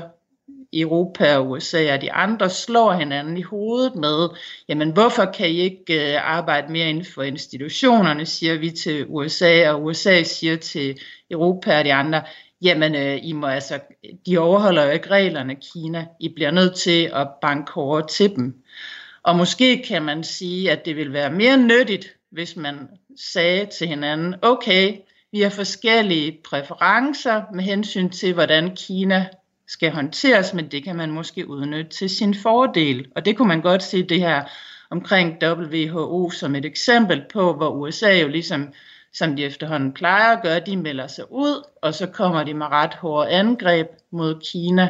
Europa og U S A og de andre slår hinanden i hovedet med, jamen hvorfor kan I ikke arbejde mere inden for institutionerne, siger vi til U S A, og U S A siger til Europa og de andre, jamen I må altså, de overholder jo ikke reglerne, Kina, I bliver nødt til at banke hårdere til dem. Og måske kan man sige, at det vil være mere nyttigt, hvis man sagde til hinanden, okay, vi har forskellige præferencer med hensyn til, hvordan Kina skal håndteres, men det kan man måske udnytte til sin fordel. Og det kunne man godt se det her omkring W H O som et eksempel på, hvor U S A jo ligesom, som de efterhånden plejer at gøre, de melder sig ud, og så kommer de med ret hårde angreb mod Kina.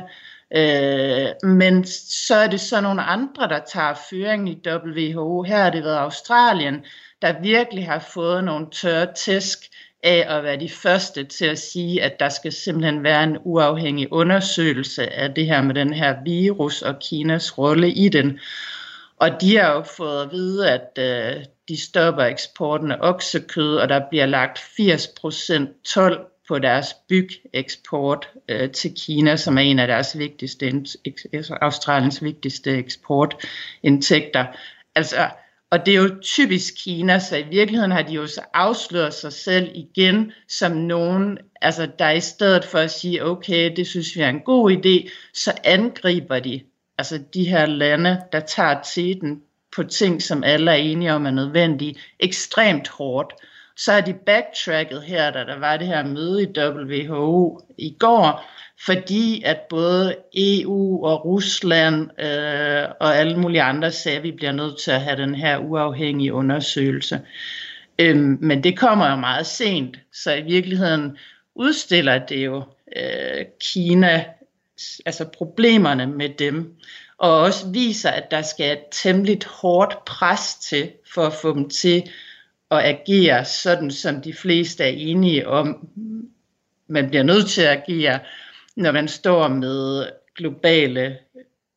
Øh, men så er det så nogle andre, der tager føringen i W H O. Her har det været Australien, der virkelig har fået nogle tørre tæsk af at være de første til at sige, at der skal simpelthen være en uafhængig undersøgelse af det her med den her virus og Kinas rolle i den. Og de har jo fået at vide, at øh, de stopper eksporten af oksekød, og der bliver lagt firs procent told på deres bygeksport øh, til Kina, som er en af deres vigtigste, Australiens vigtigste eksportindtægter. Altså, og det er jo typisk Kina, så i virkeligheden har de jo så afsløret sig selv igen som nogen, altså der i stedet for at sige, okay, det synes vi er en god idé, så angriber de altså de her lande, der tager teten på ting, som alle er enige om er nødvendige, ekstremt hårdt. Så har de backtracket her, da der var det her møde i W H O i går, fordi at både E U og Rusland øh, og alle mulige andre sagde, at vi bliver nødt til at have den her uafhængige undersøgelse. Øhm, men det kommer jo meget sent, så i virkeligheden udstiller det jo øh, Kina, altså problemerne med dem, og også viser, at der skal et temmelig hårdt pres til, for at få dem til at agere sådan, som de fleste er enige om, man bliver nødt til at agere, når man står med globale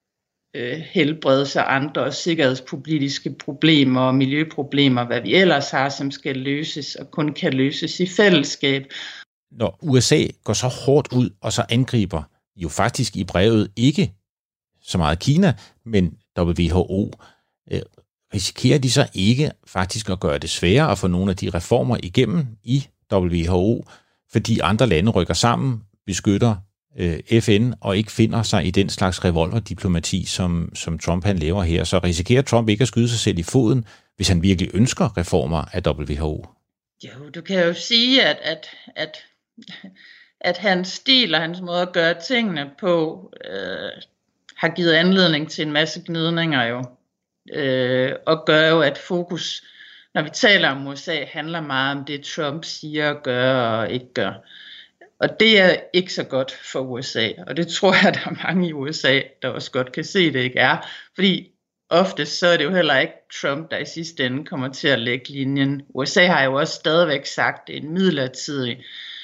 øh, helbreds- og andre sikkerhedspolitiske problemer og miljøproblemer, hvad vi ellers har, som skal løses og kun kan løses i fællesskab. Når U S A går så hårdt ud og så angriber jo faktisk i brevet ikke så meget Kina, men W H O, øh, risikerer de så ikke faktisk at gøre det sværere at få nogle af de reformer igennem i W H O, fordi andre lande rykker sammen, beskytter øh, F N og ikke finder sig i den slags revolverdiplomati, som, som Trump han laver her. Så risikerer Trump ikke at skyde sig selv i foden, hvis han virkelig ønsker reformer af W H O? Jo, du kan jo sige, at, at, at, at hans stil og hans måde at gøre tingene på øh, har givet anledning til en masse gnidninger jo. Øh, og gør jo, at fokus, når vi taler om U S A, handler meget om det, Trump siger og gør og ikke gør. Og det er ikke så godt for U S A, og det tror jeg, der er mange i U S A, der også godt kan se, det ikke er. Fordi ofte så er det jo heller ikke Trump, der i sidste ende kommer til at lægge linjen. U S A har jo også stadigvæk sagt en midlertidig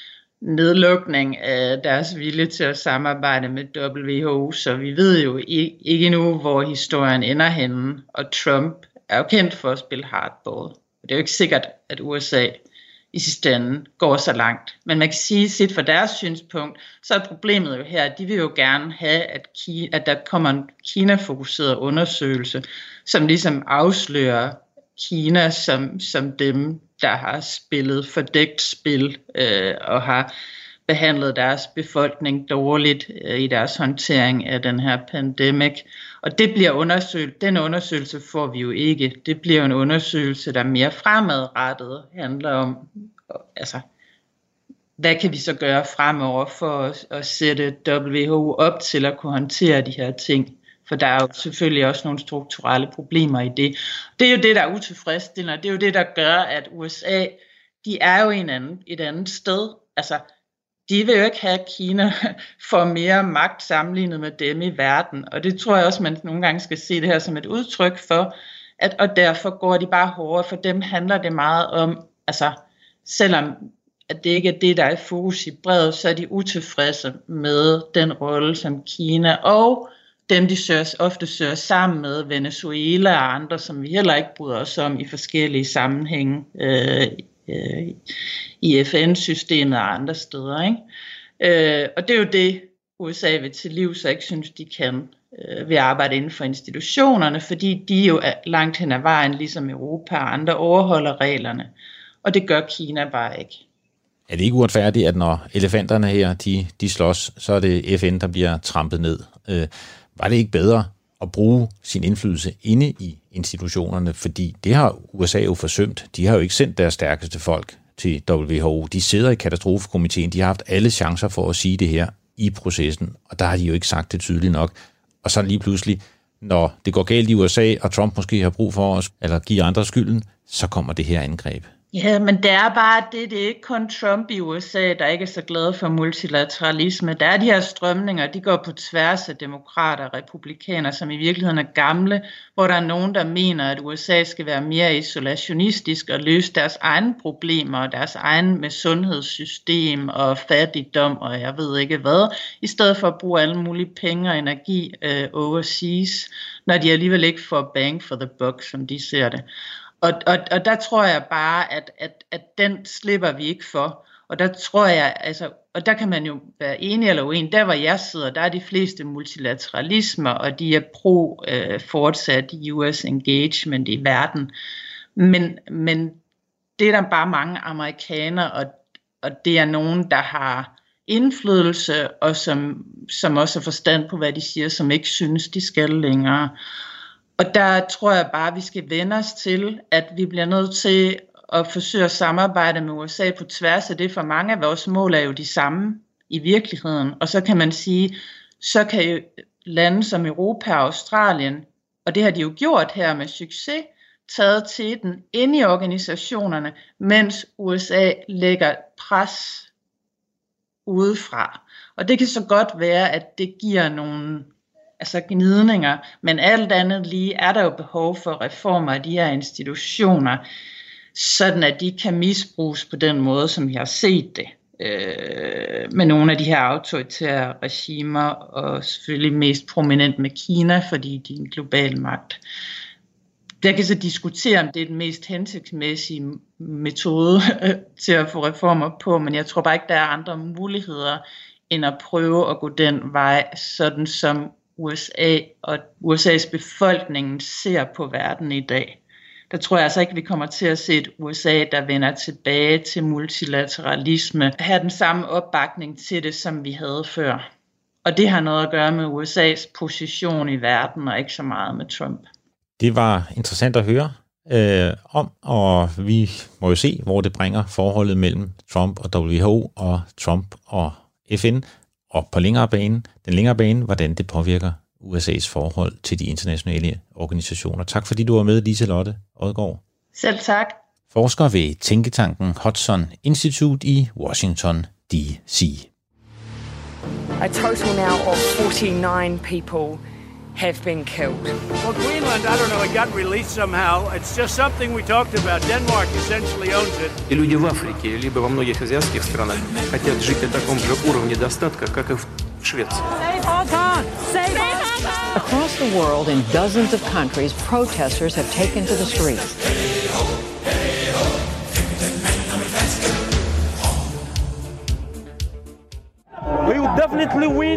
nedlukning af deres vilje til at samarbejde med W H O, så vi ved jo ikke endnu, hvor historien ender henne, og Trump er jo kendt for at spille hardball. Det er jo ikke sikkert, at U S A i sidste ende går så langt. Men man kan sige, set fra deres synspunkt, så er problemet jo her, at de vil jo gerne have, at, Kina, at der kommer en Kina-fokuseret undersøgelse, som ligesom afslører Kina som, som dem, der har spillet fordækt spil øh, og har behandlet deres befolkning dårligt øh, i deres håndtering af den her pandemik. Og det bliver undersøgt. Den undersøgelse får vi jo ikke. Det bliver en undersøgelse, der mere fremadrettet handler om, altså, hvad kan vi så gøre fremover for at, at sætte W H O op til at kunne håndtere de her ting? For der er jo selvfølgelig også nogle strukturelle problemer i det. Det er jo det, der er utilfredsstillende, det er jo det, der gør, at U S A, de er jo en anden, et andet sted. Altså, de vil jo ikke have, at Kina får mere magt sammenlignet med dem i verden. Og det tror jeg også, man nogle gange skal se det her som et udtryk for, at, og derfor går de bare hårdere. For dem handler det meget om, altså, selvom at det ikke er det, der er fokus i brevet, så er de utilfredse med den rolle, som Kina og dem, de søger, ofte søger sammen med, Venezuela og andre, som vi heller ikke bryder os om i forskellige sammenhænge øh, øh, i F N-systemet og andre steder. Ikke? Øh, og det er jo det, U S A vil til liv, så ikke synes, de kan øh, ved at arbejde inden for institutionerne, fordi de jo er langt hen ad vejen, ligesom Europa og andre, overholder reglerne. Og det gør Kina bare ikke. Er det ikke uretfærdigt, at når elefanterne her, de, de slås, så er det F N, der bliver trampet ned? Øh, var det ikke bedre at bruge sin indflydelse inde i institutionerne? Fordi det har U S A jo forsømt. De har jo ikke sendt deres stærkeste folk til W H O. De sidder i katastrofekomiteen. De har haft alle chancer for at sige det her i processen, og der har de jo ikke sagt det tydeligt nok. Og så lige pludselig, når det går galt i U S A, og Trump måske har brug for os, eller give andre skylden, så kommer det her angreb. Ja, men det er bare det, det er ikke kun Trump i U S A, der ikke er så glad for multilateralisme. Der er de her strømninger, de går på tværs af demokrater og republikanere, som i virkeligheden er gamle, hvor der er nogen, der mener, at U S A skal være mere isolationistisk og løse deres egne problemer, og deres egen med sundhedssystem og fattigdom og jeg ved ikke hvad, i stedet for at bruge alle mulige penge og energi øh, overseas, når de alligevel ikke får bang for the buck, som de ser det. Og, og, og der tror jeg bare, at, at, at den slipper vi ikke for. Og der tror jeg, altså, og der kan man jo være enig eller uenig. Der hvor jeg sidder, der er de fleste multilateralismer, og de er pro øh, fortsat U S engagement i verden. Men, men det er der bare mange amerikanere, og, og det er nogen, der har indflydelse, og som, som også har forstand på, hvad de siger, som ikke synes, de skal længere. Og der tror jeg bare, at vi skal vende os til, at vi bliver nødt til at forsøge at samarbejde med U S A på tværs af det, for mange af vores mål er jo de samme i virkeligheden. Og så kan man sige, så kan jo lande som Europa og Australien, og det har de jo gjort her med succes, taget til den ind i organisationerne, mens U S A lægger pres udefra. Og det kan så godt være, at det giver nogle altså gnidninger, men alt andet lige er der jo behov for reformer af de her institutioner, sådan at de kan misbruges på den måde, som vi har set det øh, med nogle af de her autoritære regimer, og selvfølgelig mest prominent med Kina, fordi de er en global magt. Jeg kan så diskutere, om det er den mest hensigtsmæssige metode til at få reformer på, men jeg tror bare ikke, der er andre muligheder, end at prøve at gå den vej, sådan som U S A og U S A's befolkning ser på verden i dag. Der tror jeg altså ikke, vi kommer til at se et U S A, der vender tilbage til multilateralisme, have den samme opbakning til det, som vi havde før. Og det har noget at gøre med U S A's position i verden, og ikke så meget med Trump. Det var interessant at høre øh, om, og vi må jo se, hvor det bringer forholdet mellem Trump og W H O og Trump og F N, og på længere bane, den længere bane, hvordan det påvirker U S A's forhold til de internationale organisationer. Tak fordi du var med, Liselotte Odgaard. Selv tak. Forsker ved tænketanken Hudson Institute i Washington, D C A total now of forty-nine people have been killed. Well, Greenland, I don't know, it got released somehow. It's just something we talked about. Denmark essentially owns it. И люди в Африке, либо во многих азиатских странах хотят жить на таком же уровне достатка, как и в Швеции. Save Hong Kong! Save Hong Kong! Across the world, in dozens of countries, protesters have taken to the streets. We will definitely win.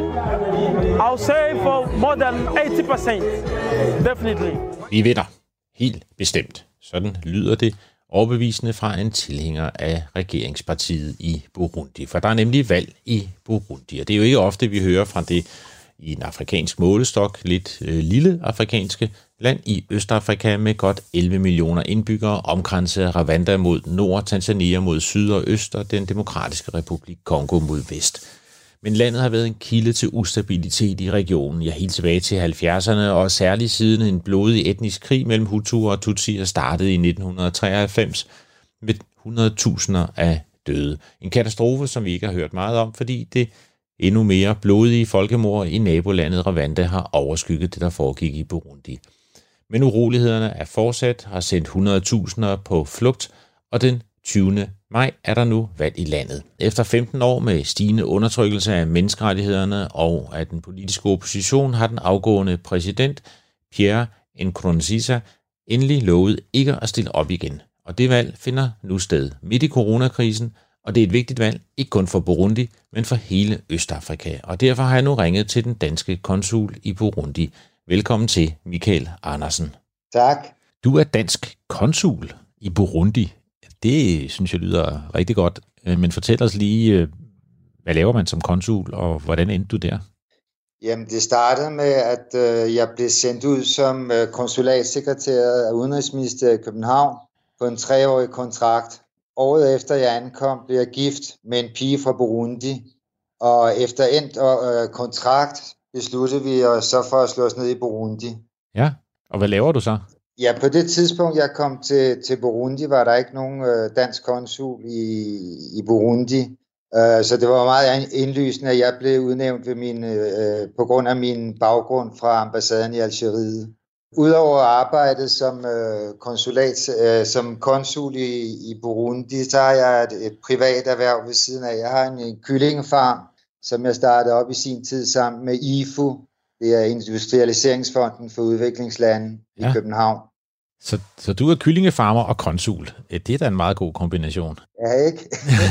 I'll say for more than eighty percent. Definitely. Vi vinder. Helt bestemt. Sådan lyder det overbevisende fra en tilhænger af regeringspartiet i Burundi. For der er nemlig valg i Burundi, og det er jo ikke ofte, vi hører fra det i en afrikansk målestok, lidt øh, lille afrikanske land i Østafrika med godt elleve millioner indbyggere, omkranset af Rwanda mod nord, Tanzania mod syd og øst og den demokratiske republik Kongo mod vest. Men landet har været en kilde til ustabilitet i regionen, ja helt tilbage til halvfjerdserne, og særligt siden en blodig etnisk krig mellem Hutu og Tutsier startede i nitten treoghalvfems med hundredtusinder af døde. En katastrofe, som vi ikke har hørt meget om, fordi det endnu mere blodige folkemord i nabolandet Rwanda har overskygget det, der foregik i Burundi. Men urolighederne er fortsat, har sendt hundredtusinder på flugt, og den tyvende maj er der nu valg i landet. Efter femten år med stigende undertrykkelse af menneskerettighederne og af den politiske opposition, har den afgående præsident Pierre Nkurunziza endelig lovet ikke at stille op igen. Og det valg finder nu sted midt i coronakrisen, og det er et vigtigt valg, ikke kun for Burundi, men for hele Østafrika. Og derfor har jeg nu ringet til den danske konsul i Burundi. Velkommen til, Michael Andersen. Tak. Du er dansk konsul i Burundi. Det synes jeg lyder rigtig godt. Men fortæl os lige, hvad laver man som konsul, og hvordan endte du der? Jamen, det startede med, at øh, jeg blev sendt ud som øh, konsulatsekretær af Udenrigsministeriet i København på en treårig kontrakt. Året efter jeg ankom, blev jeg gift med en pige fra Burundi, og efter endt øh, kontrakt besluttede vi os så for at slå os ned i Burundi. Ja, og hvad laver du så? Ja, på det tidspunkt, jeg kom til, til Burundi, var der ikke nogen øh, dansk konsul i, i Burundi. Uh, så det var meget indlysende, at jeg blev udnævnt ved min, uh, på grund af min baggrund fra ambassaden i Algeriet. Udover arbejdet som, uh, konsulat, uh, som konsul i, i Burundi, så har jeg et, et privat erhverv ved siden af. Jeg har en, en kyllingefarm, som jeg startede op i sin tid sammen med I F U. Det er Industrialiseringsfonden for Udviklingslande ja. i København. Så, så du er kyllingefarmer og konsul. Det er da en meget god kombination. Ja, ikke?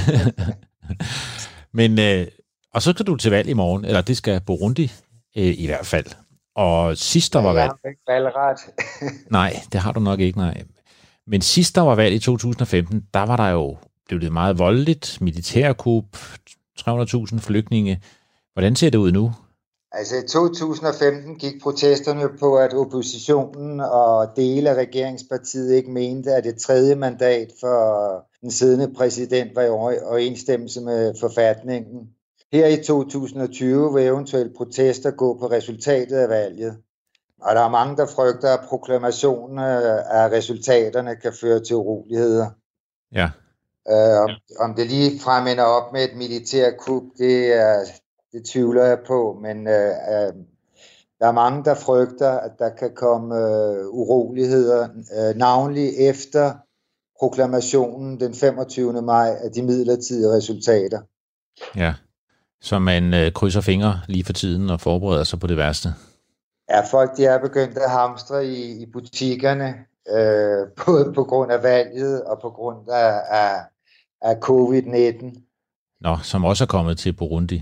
Men, øh, og så skal du til valg i morgen, eller det skal Burundi øh, i hvert fald. Og sidst der var valg... Jeg har ikke valgret. Nej, det har du nok ikke, nej. Men sidst der var valg i to tusind og femten, der var der jo, blev det meget voldeligt, militærkup, tre hundrede tusind flygtninge. Hvordan ser det ud nu? Altså i to tusind og femten gik protesterne på, at oppositionen og dele af regeringspartiet ikke mente, at et tredje mandat for den siddende præsident var i overensstemmelse med forfatningen. Her i to tusind og tyve vil eventuelle protester gå på resultatet af valget. Og der er mange, der frygter, at proklamationen af resultaterne kan føre til uroligheder. Ja. Øh, om, om det lige fremender op med et militærkup, det er... Det tvivler jeg på, men øh, øh, der er mange, der frygter, at der kan komme øh, uroligheder, øh, navnlig efter proklamationen den femogtyvende maj af de midlertidige resultater. Ja, så man øh, krydser fingre lige for tiden og forbereder sig på det værste. Ja, folk de er begyndt at hamstre i, i butikkerne, øh, både på grund af valget og på grund af, af, af covid nitten. Nå, som også er kommet til Burundi.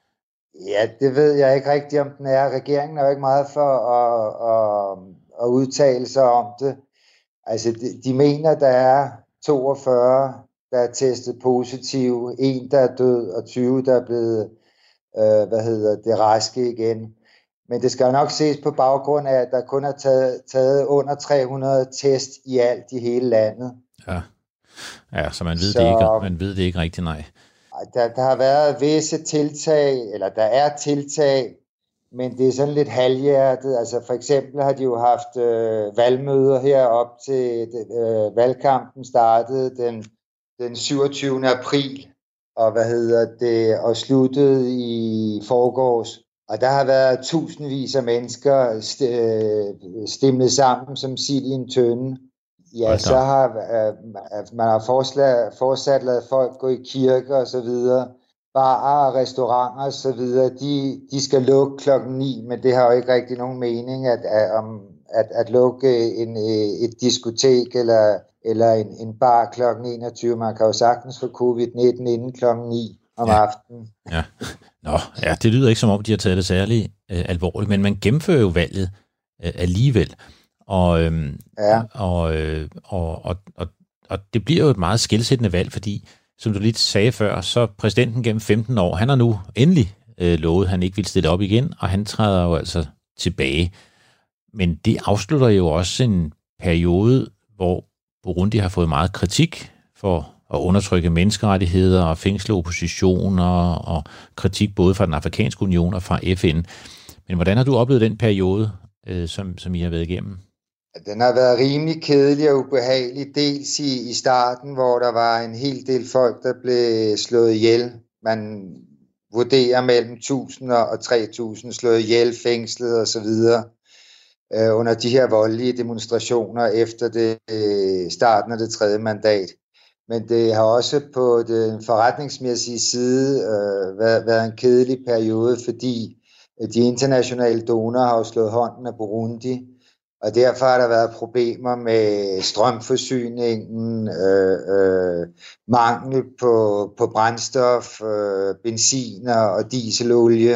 Ja, det ved jeg ikke rigtigt, om den er. Regeringen er jo ikke meget for at, at, at udtale sig om det. Altså, de, de mener, der er toogfyrre, der er testet positiv, en der er død, og tyve, der er blevet, øh, hvad hedder det, raske igen. Men det skal jo nok ses på baggrund af, at der kun er taget, taget under tre hundrede test i alt i hele landet. Ja, ja så man ved, så, det ikke, man ved det ikke rigtigt, nej. Der, der har været visse tiltag, eller der er tiltag, men det er sådan lidt halvhjertet. Altså for eksempel har de jo haft øh, valgmøder herop til øh, valgkampen startede den, den syvogtyvende april, og hvad hedder det, og sluttede i forgårs. Og der har været tusindvis af mennesker st- stimlet sammen som sild i en tønde. Ja, så har øh, man har forslag, fortsat ladet folk gå i kirker og så videre. Barer og restauranter og så videre, de, de skal lukke klokken ni, men det har jo ikke rigtig nogen mening at, at, at, at lukke en, et diskotek eller, eller en, en bar klokken enogtyve. Man kan jo sagtens få covid nitten inden klokken ni om ja. aftenen. Ja. Nå, ja, det lyder ikke som om, de har taget det særlig øh, alvorligt, men man gennemfører jo valget øh, alligevel. Og, øhm, ja. og, øh, og, og, og, og det bliver jo et meget skelsættende valg, fordi, som du lige sagde før, så præsidenten gennem femten år, han har nu endelig øh, lovet, at han ikke vil stille op igen, og han træder jo altså tilbage. Men det afslutter jo også en periode, hvor Burundi har fået meget kritik for at undertrykke menneskerettigheder og fængsle oppositioner og kritik både fra den afrikanske union og fra F N. Men hvordan har du oplevet den periode, øh, som, som I har været igennem? Den har været rimelig kedelig og ubehagelig, dels i, i starten, hvor der var en hel del folk, der blev slået ihjel. Man vurderer mellem tusind og tre tusind slået ihjel, fængslet og så videre øh, under de her voldelige demonstrationer efter det øh, starten af det tredje mandat. Men det har også på den forretningsmæssige side øh, været, været en kedelig periode, fordi de internationale donorer har jo slået hånden af Burundi, og derfor har der været problemer med strømforsyningen, øh, øh, mangel på, på brændstof, øh, benziner og dieselolie,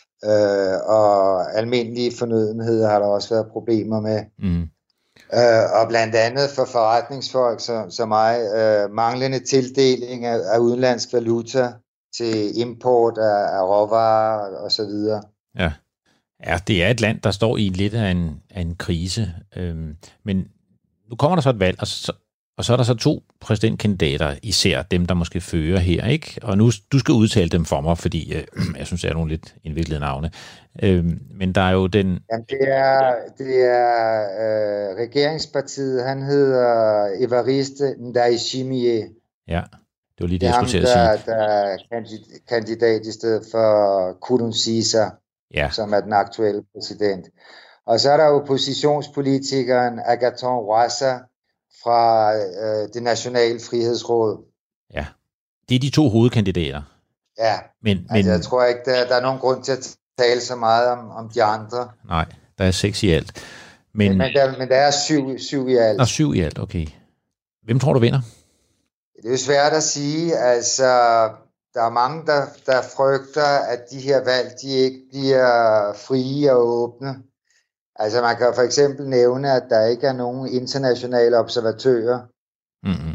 øh, og almindelige fornødenheder har der også været problemer med. Mm. Øh, og blandt andet for forretningsfolk som, som mig, øh, manglende tildeling af, af udenlandsk valuta til import af, af råvarer og så videre. Ja. Ja, det er et land, der står i lidt af en, af en krise. Øhm, men nu kommer der så et valg, og så, og så er der så to præsidentkandidater, især dem, der måske fører her, ikke? Og nu du skal udtale dem for mig, fordi øh, jeg synes, det er nogle lidt indviklede navne. Øhm, men der er jo den... Jamen, det er, det er øh, regeringspartiet, han hedder Evariste Ndayishimiye. Ja, det var lige det, det jeg skulle til at sige. Der er kandidat i stedet for Nkurunziza. Ja. Som er den aktuelle præsident. Og så er der oppositionspolitikeren Agathon Rwasa fra øh, det Nationale Frihedsråd. Ja, det er de to hovedkandidater. Ja, men, altså, men... jeg tror ikke, der, der er nogen grund til at tale så meget om, om de andre. Nej, der er seks i alt. Men, men, men, der, men der er syv, syv i alt. Der er syv i alt, okay. Hvem tror du vinder? Det er jo svært at sige, altså... Der er mange, der, der frygter, at de her valg, de ikke bliver frie og åbne. Altså man kan for eksempel nævne, at der ikke er nogen internationale observatører. Mm-hmm.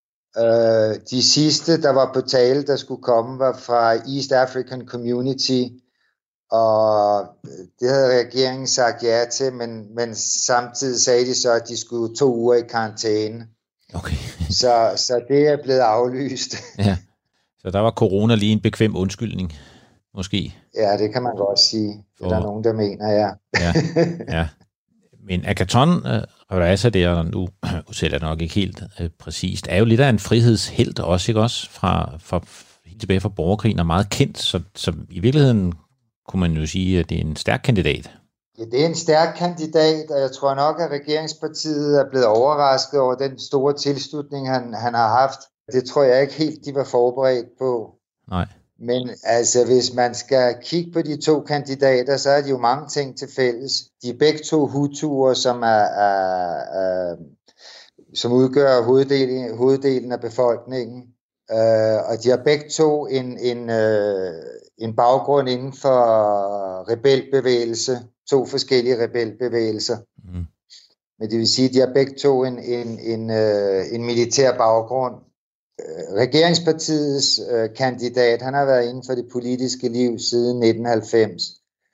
Øh, de sidste, der var på tale, der skulle komme, var fra East African Community, og det havde regeringen sagt ja til, men, men samtidig sagde de så, at de skulle to uger i karantæne. Okay. så, så det er blevet aflyst. Ja. Så der var corona lige en bekvem undskyldning, måske? Ja, det kan man godt sige. Det er der nogen, der mener, ja. ja, ja. Men Agathon Rwasa, det er nu udsætter jeg nok ikke helt øh, præcist, er jo lidt af en frihedshelt også, ikke også? Fra, fra, helt tilbage fra borgerkrigen, og meget kendt, så, så i virkeligheden kunne man jo sige, at det er en stærk kandidat. Ja, det er en stærk kandidat, og jeg tror nok, at regeringspartiet er blevet overrasket over den store tilslutning, han, han har haft. Det tror jeg ikke helt, de var forberedt på. Nej. Men altså, hvis man skal kigge på de to kandidater, så er de jo mange ting til fælles. De er begge to hutuer, som, er, er, er, som udgør hoveddelen, hoveddelen af befolkningen. Uh, og de har begge to en, en, uh, en baggrund inden for rebelbevægelse. To forskellige rebelbevægelser. Mm. Men det vil sige, at de har begge to en, en, en, uh, en militær baggrund. Regeringspartiets øh, kandidat, han har været inden for det politiske liv siden nitten halvfems.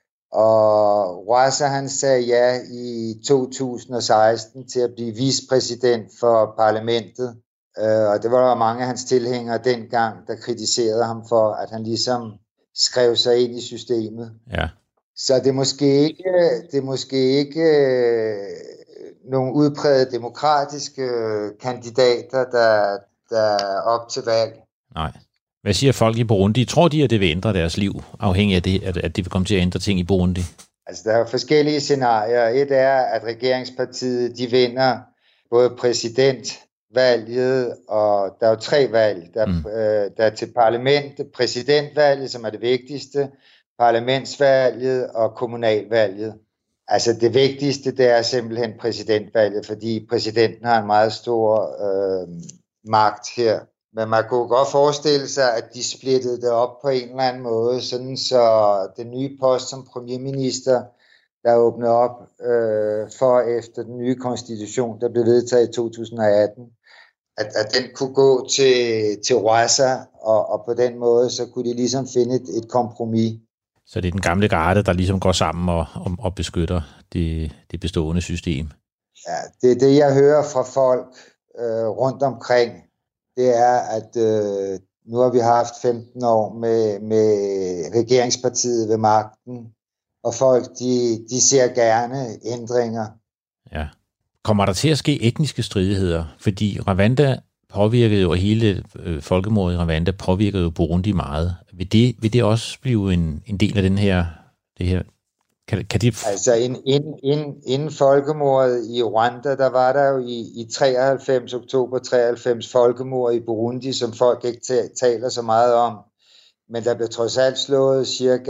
Og Rwasa, han sagde ja i to tusind og seksten til at blive vicepræsident for parlamentet. Øh, og det var der mange af hans tilhængere dengang, der kritiserede ham for, at han ligesom skrev sig ind i systemet. Ja. Så det er måske ikke, det er måske ikke øh, nogle udprægede demokratiske kandidater, der der er op til valg. Nej. Hvad siger folk i Burundi? Tror de, at det vil ændre deres liv, afhængig af det, at det vil komme til at ændre ting i Burundi? Altså, der er forskellige scenarier. Et er, at regeringspartiet, de vinder både præsidentvalget, og der er jo tre valg. Der, mm. øh, der er til parlamentet, præsidentvalget, som er det vigtigste, parlamentsvalget og kommunalvalget. Altså, det vigtigste, det er simpelthen præsidentvalget, fordi præsidenten har en meget stor øh, magt her. Men man kunne godt forestille sig, at de splittede det op på en eller anden måde, sådan så den nye post som premierminister, der åbnede op øh, for efter den nye konstitution, der blev vedtaget i to tusind og atten, at, at den kunne gå til, til Rwasa, og, og på den måde, så kunne de ligesom finde et, et kompromis. Så det er den gamle garde, der ligesom går sammen og, og, og beskytter det, det bestående system? Ja, det er det, jeg hører fra folk øh, rundt omkring. Det er, at øh, nu har vi haft femten år med, med regeringspartiet ved magten, og folk, de, de ser gerne ændringer. Ja. Kommer der til at ske etniske stridigheder? Fordi Rwanda påvirkede jo, hele øh, folkemordet i Rwanda påvirkede jo Burundi meget. Vil det, vil det også blive en, en del af den her... Det her kan, kan det... Altså inden, inden, inden, inden folkemordet i Rwanda, der var der jo i, i treoghalvfems, oktober treoghalvfems folkemord i Burundi, som folk ikke taler så meget om. Men der blev trods alt slået cirka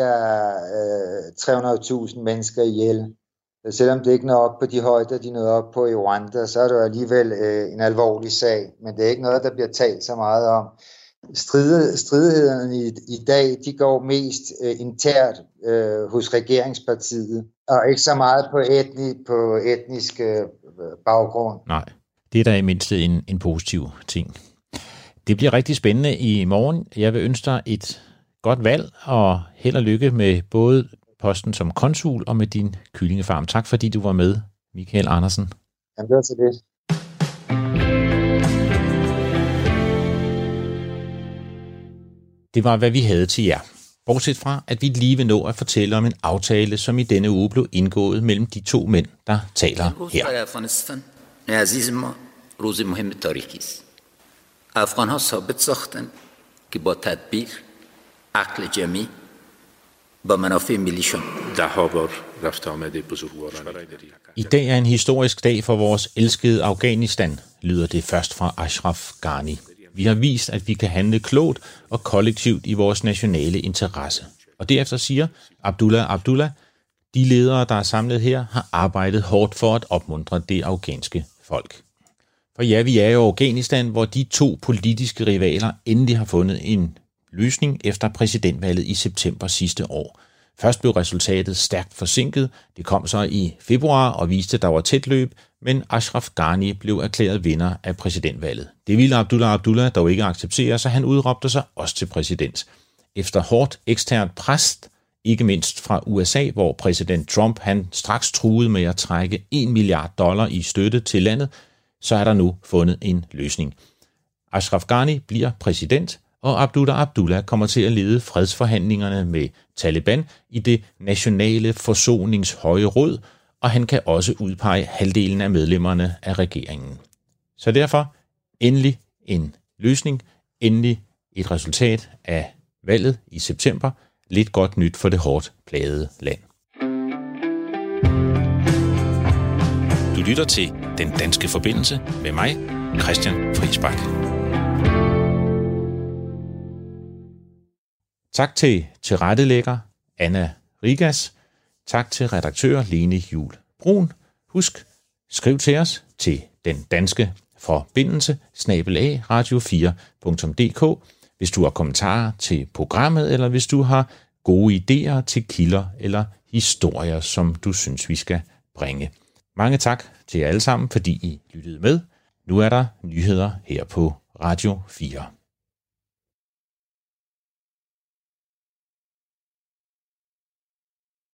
øh, tre hundrede tusind mennesker ihjel. Så selvom det ikke når op på de højder, de nåede op på i Rwanda, så er det jo alligevel øh, en alvorlig sag. Men det er ikke noget, der bliver talt så meget om. Strid, stridighederne i, i dag, de går mest øh, internt øh, hos regeringspartiet, og ikke så meget på, etni, på etnisk øh, baggrund. Nej, det er da i mindste en, en positiv ting. Det bliver rigtig spændende i morgen. Jeg vil ønske dig et godt valg, og held og lykke med både posten som konsul og med din kyllingefarm. Tak fordi du var med, Michael Andersen. Jamen, det var så det. Det var, hvad vi havde til jer. Bortset fra, at vi lige vil nå at fortælle om en aftale, som i denne uge blev indgået mellem de to mænd, der taler her. افغان‌ها ثابت ساختن که با تدبیر عقل جمعی با منافع ملیشون ده‌ها بار رفت آمده بزرگواران. I dag er en historisk dag for vores elskede Afghanistan, lyder det først fra Ashraf Ghani. Vi har vist, at vi kan handle klogt og kollektivt i vores nationale interesse. Og derefter siger Abdullah Abdullah, de ledere, der er samlet her, har arbejdet hårdt for at opmuntre det afghanske folk. For ja, vi er i Afghanistan, hvor de to politiske rivaler endelig har fundet en løsning efter præsidentvalget i september sidste år. Først blev resultatet stærkt forsinket. Det kom så i februar og viste, at der var tæt løb, men Ashraf Ghani blev erklæret vinder af præsidentvalget. Det ville Abdullah Abdullah dog ikke acceptere, så han udråbte sig også til præsident. Efter hårdt eksternt pres, ikke mindst fra U S A, hvor præsident Trump han straks truede med at trække en milliard dollar i støtte til landet, så er der nu fundet en løsning. Ashraf Ghani bliver præsident, og Abdullah Abdullah kommer til at lede fredsforhandlingerne med Taliban i det nationale forsoningshøje råd, og han kan også udpege halvdelen af medlemmerne af regeringen. Så derfor endelig en løsning, endelig et resultat af valget i september. Lidt godt nyt for det hårdt plagede land. Du lytter til Den Danske Forbindelse med mig, Christian Friis Bach. Tak til tilrettelægger Anna Rigas. Tak til redaktør Lene Juhl Brun. Husk, skriv til os til den danske forbindelse snabel-a radio fire punktum d k, hvis du har kommentarer til programmet, eller hvis du har gode idéer til kilder eller historier, som du synes, vi skal bringe. Mange tak til jer alle sammen, fordi I lyttede med. Nu er der nyheder her på Radio fire.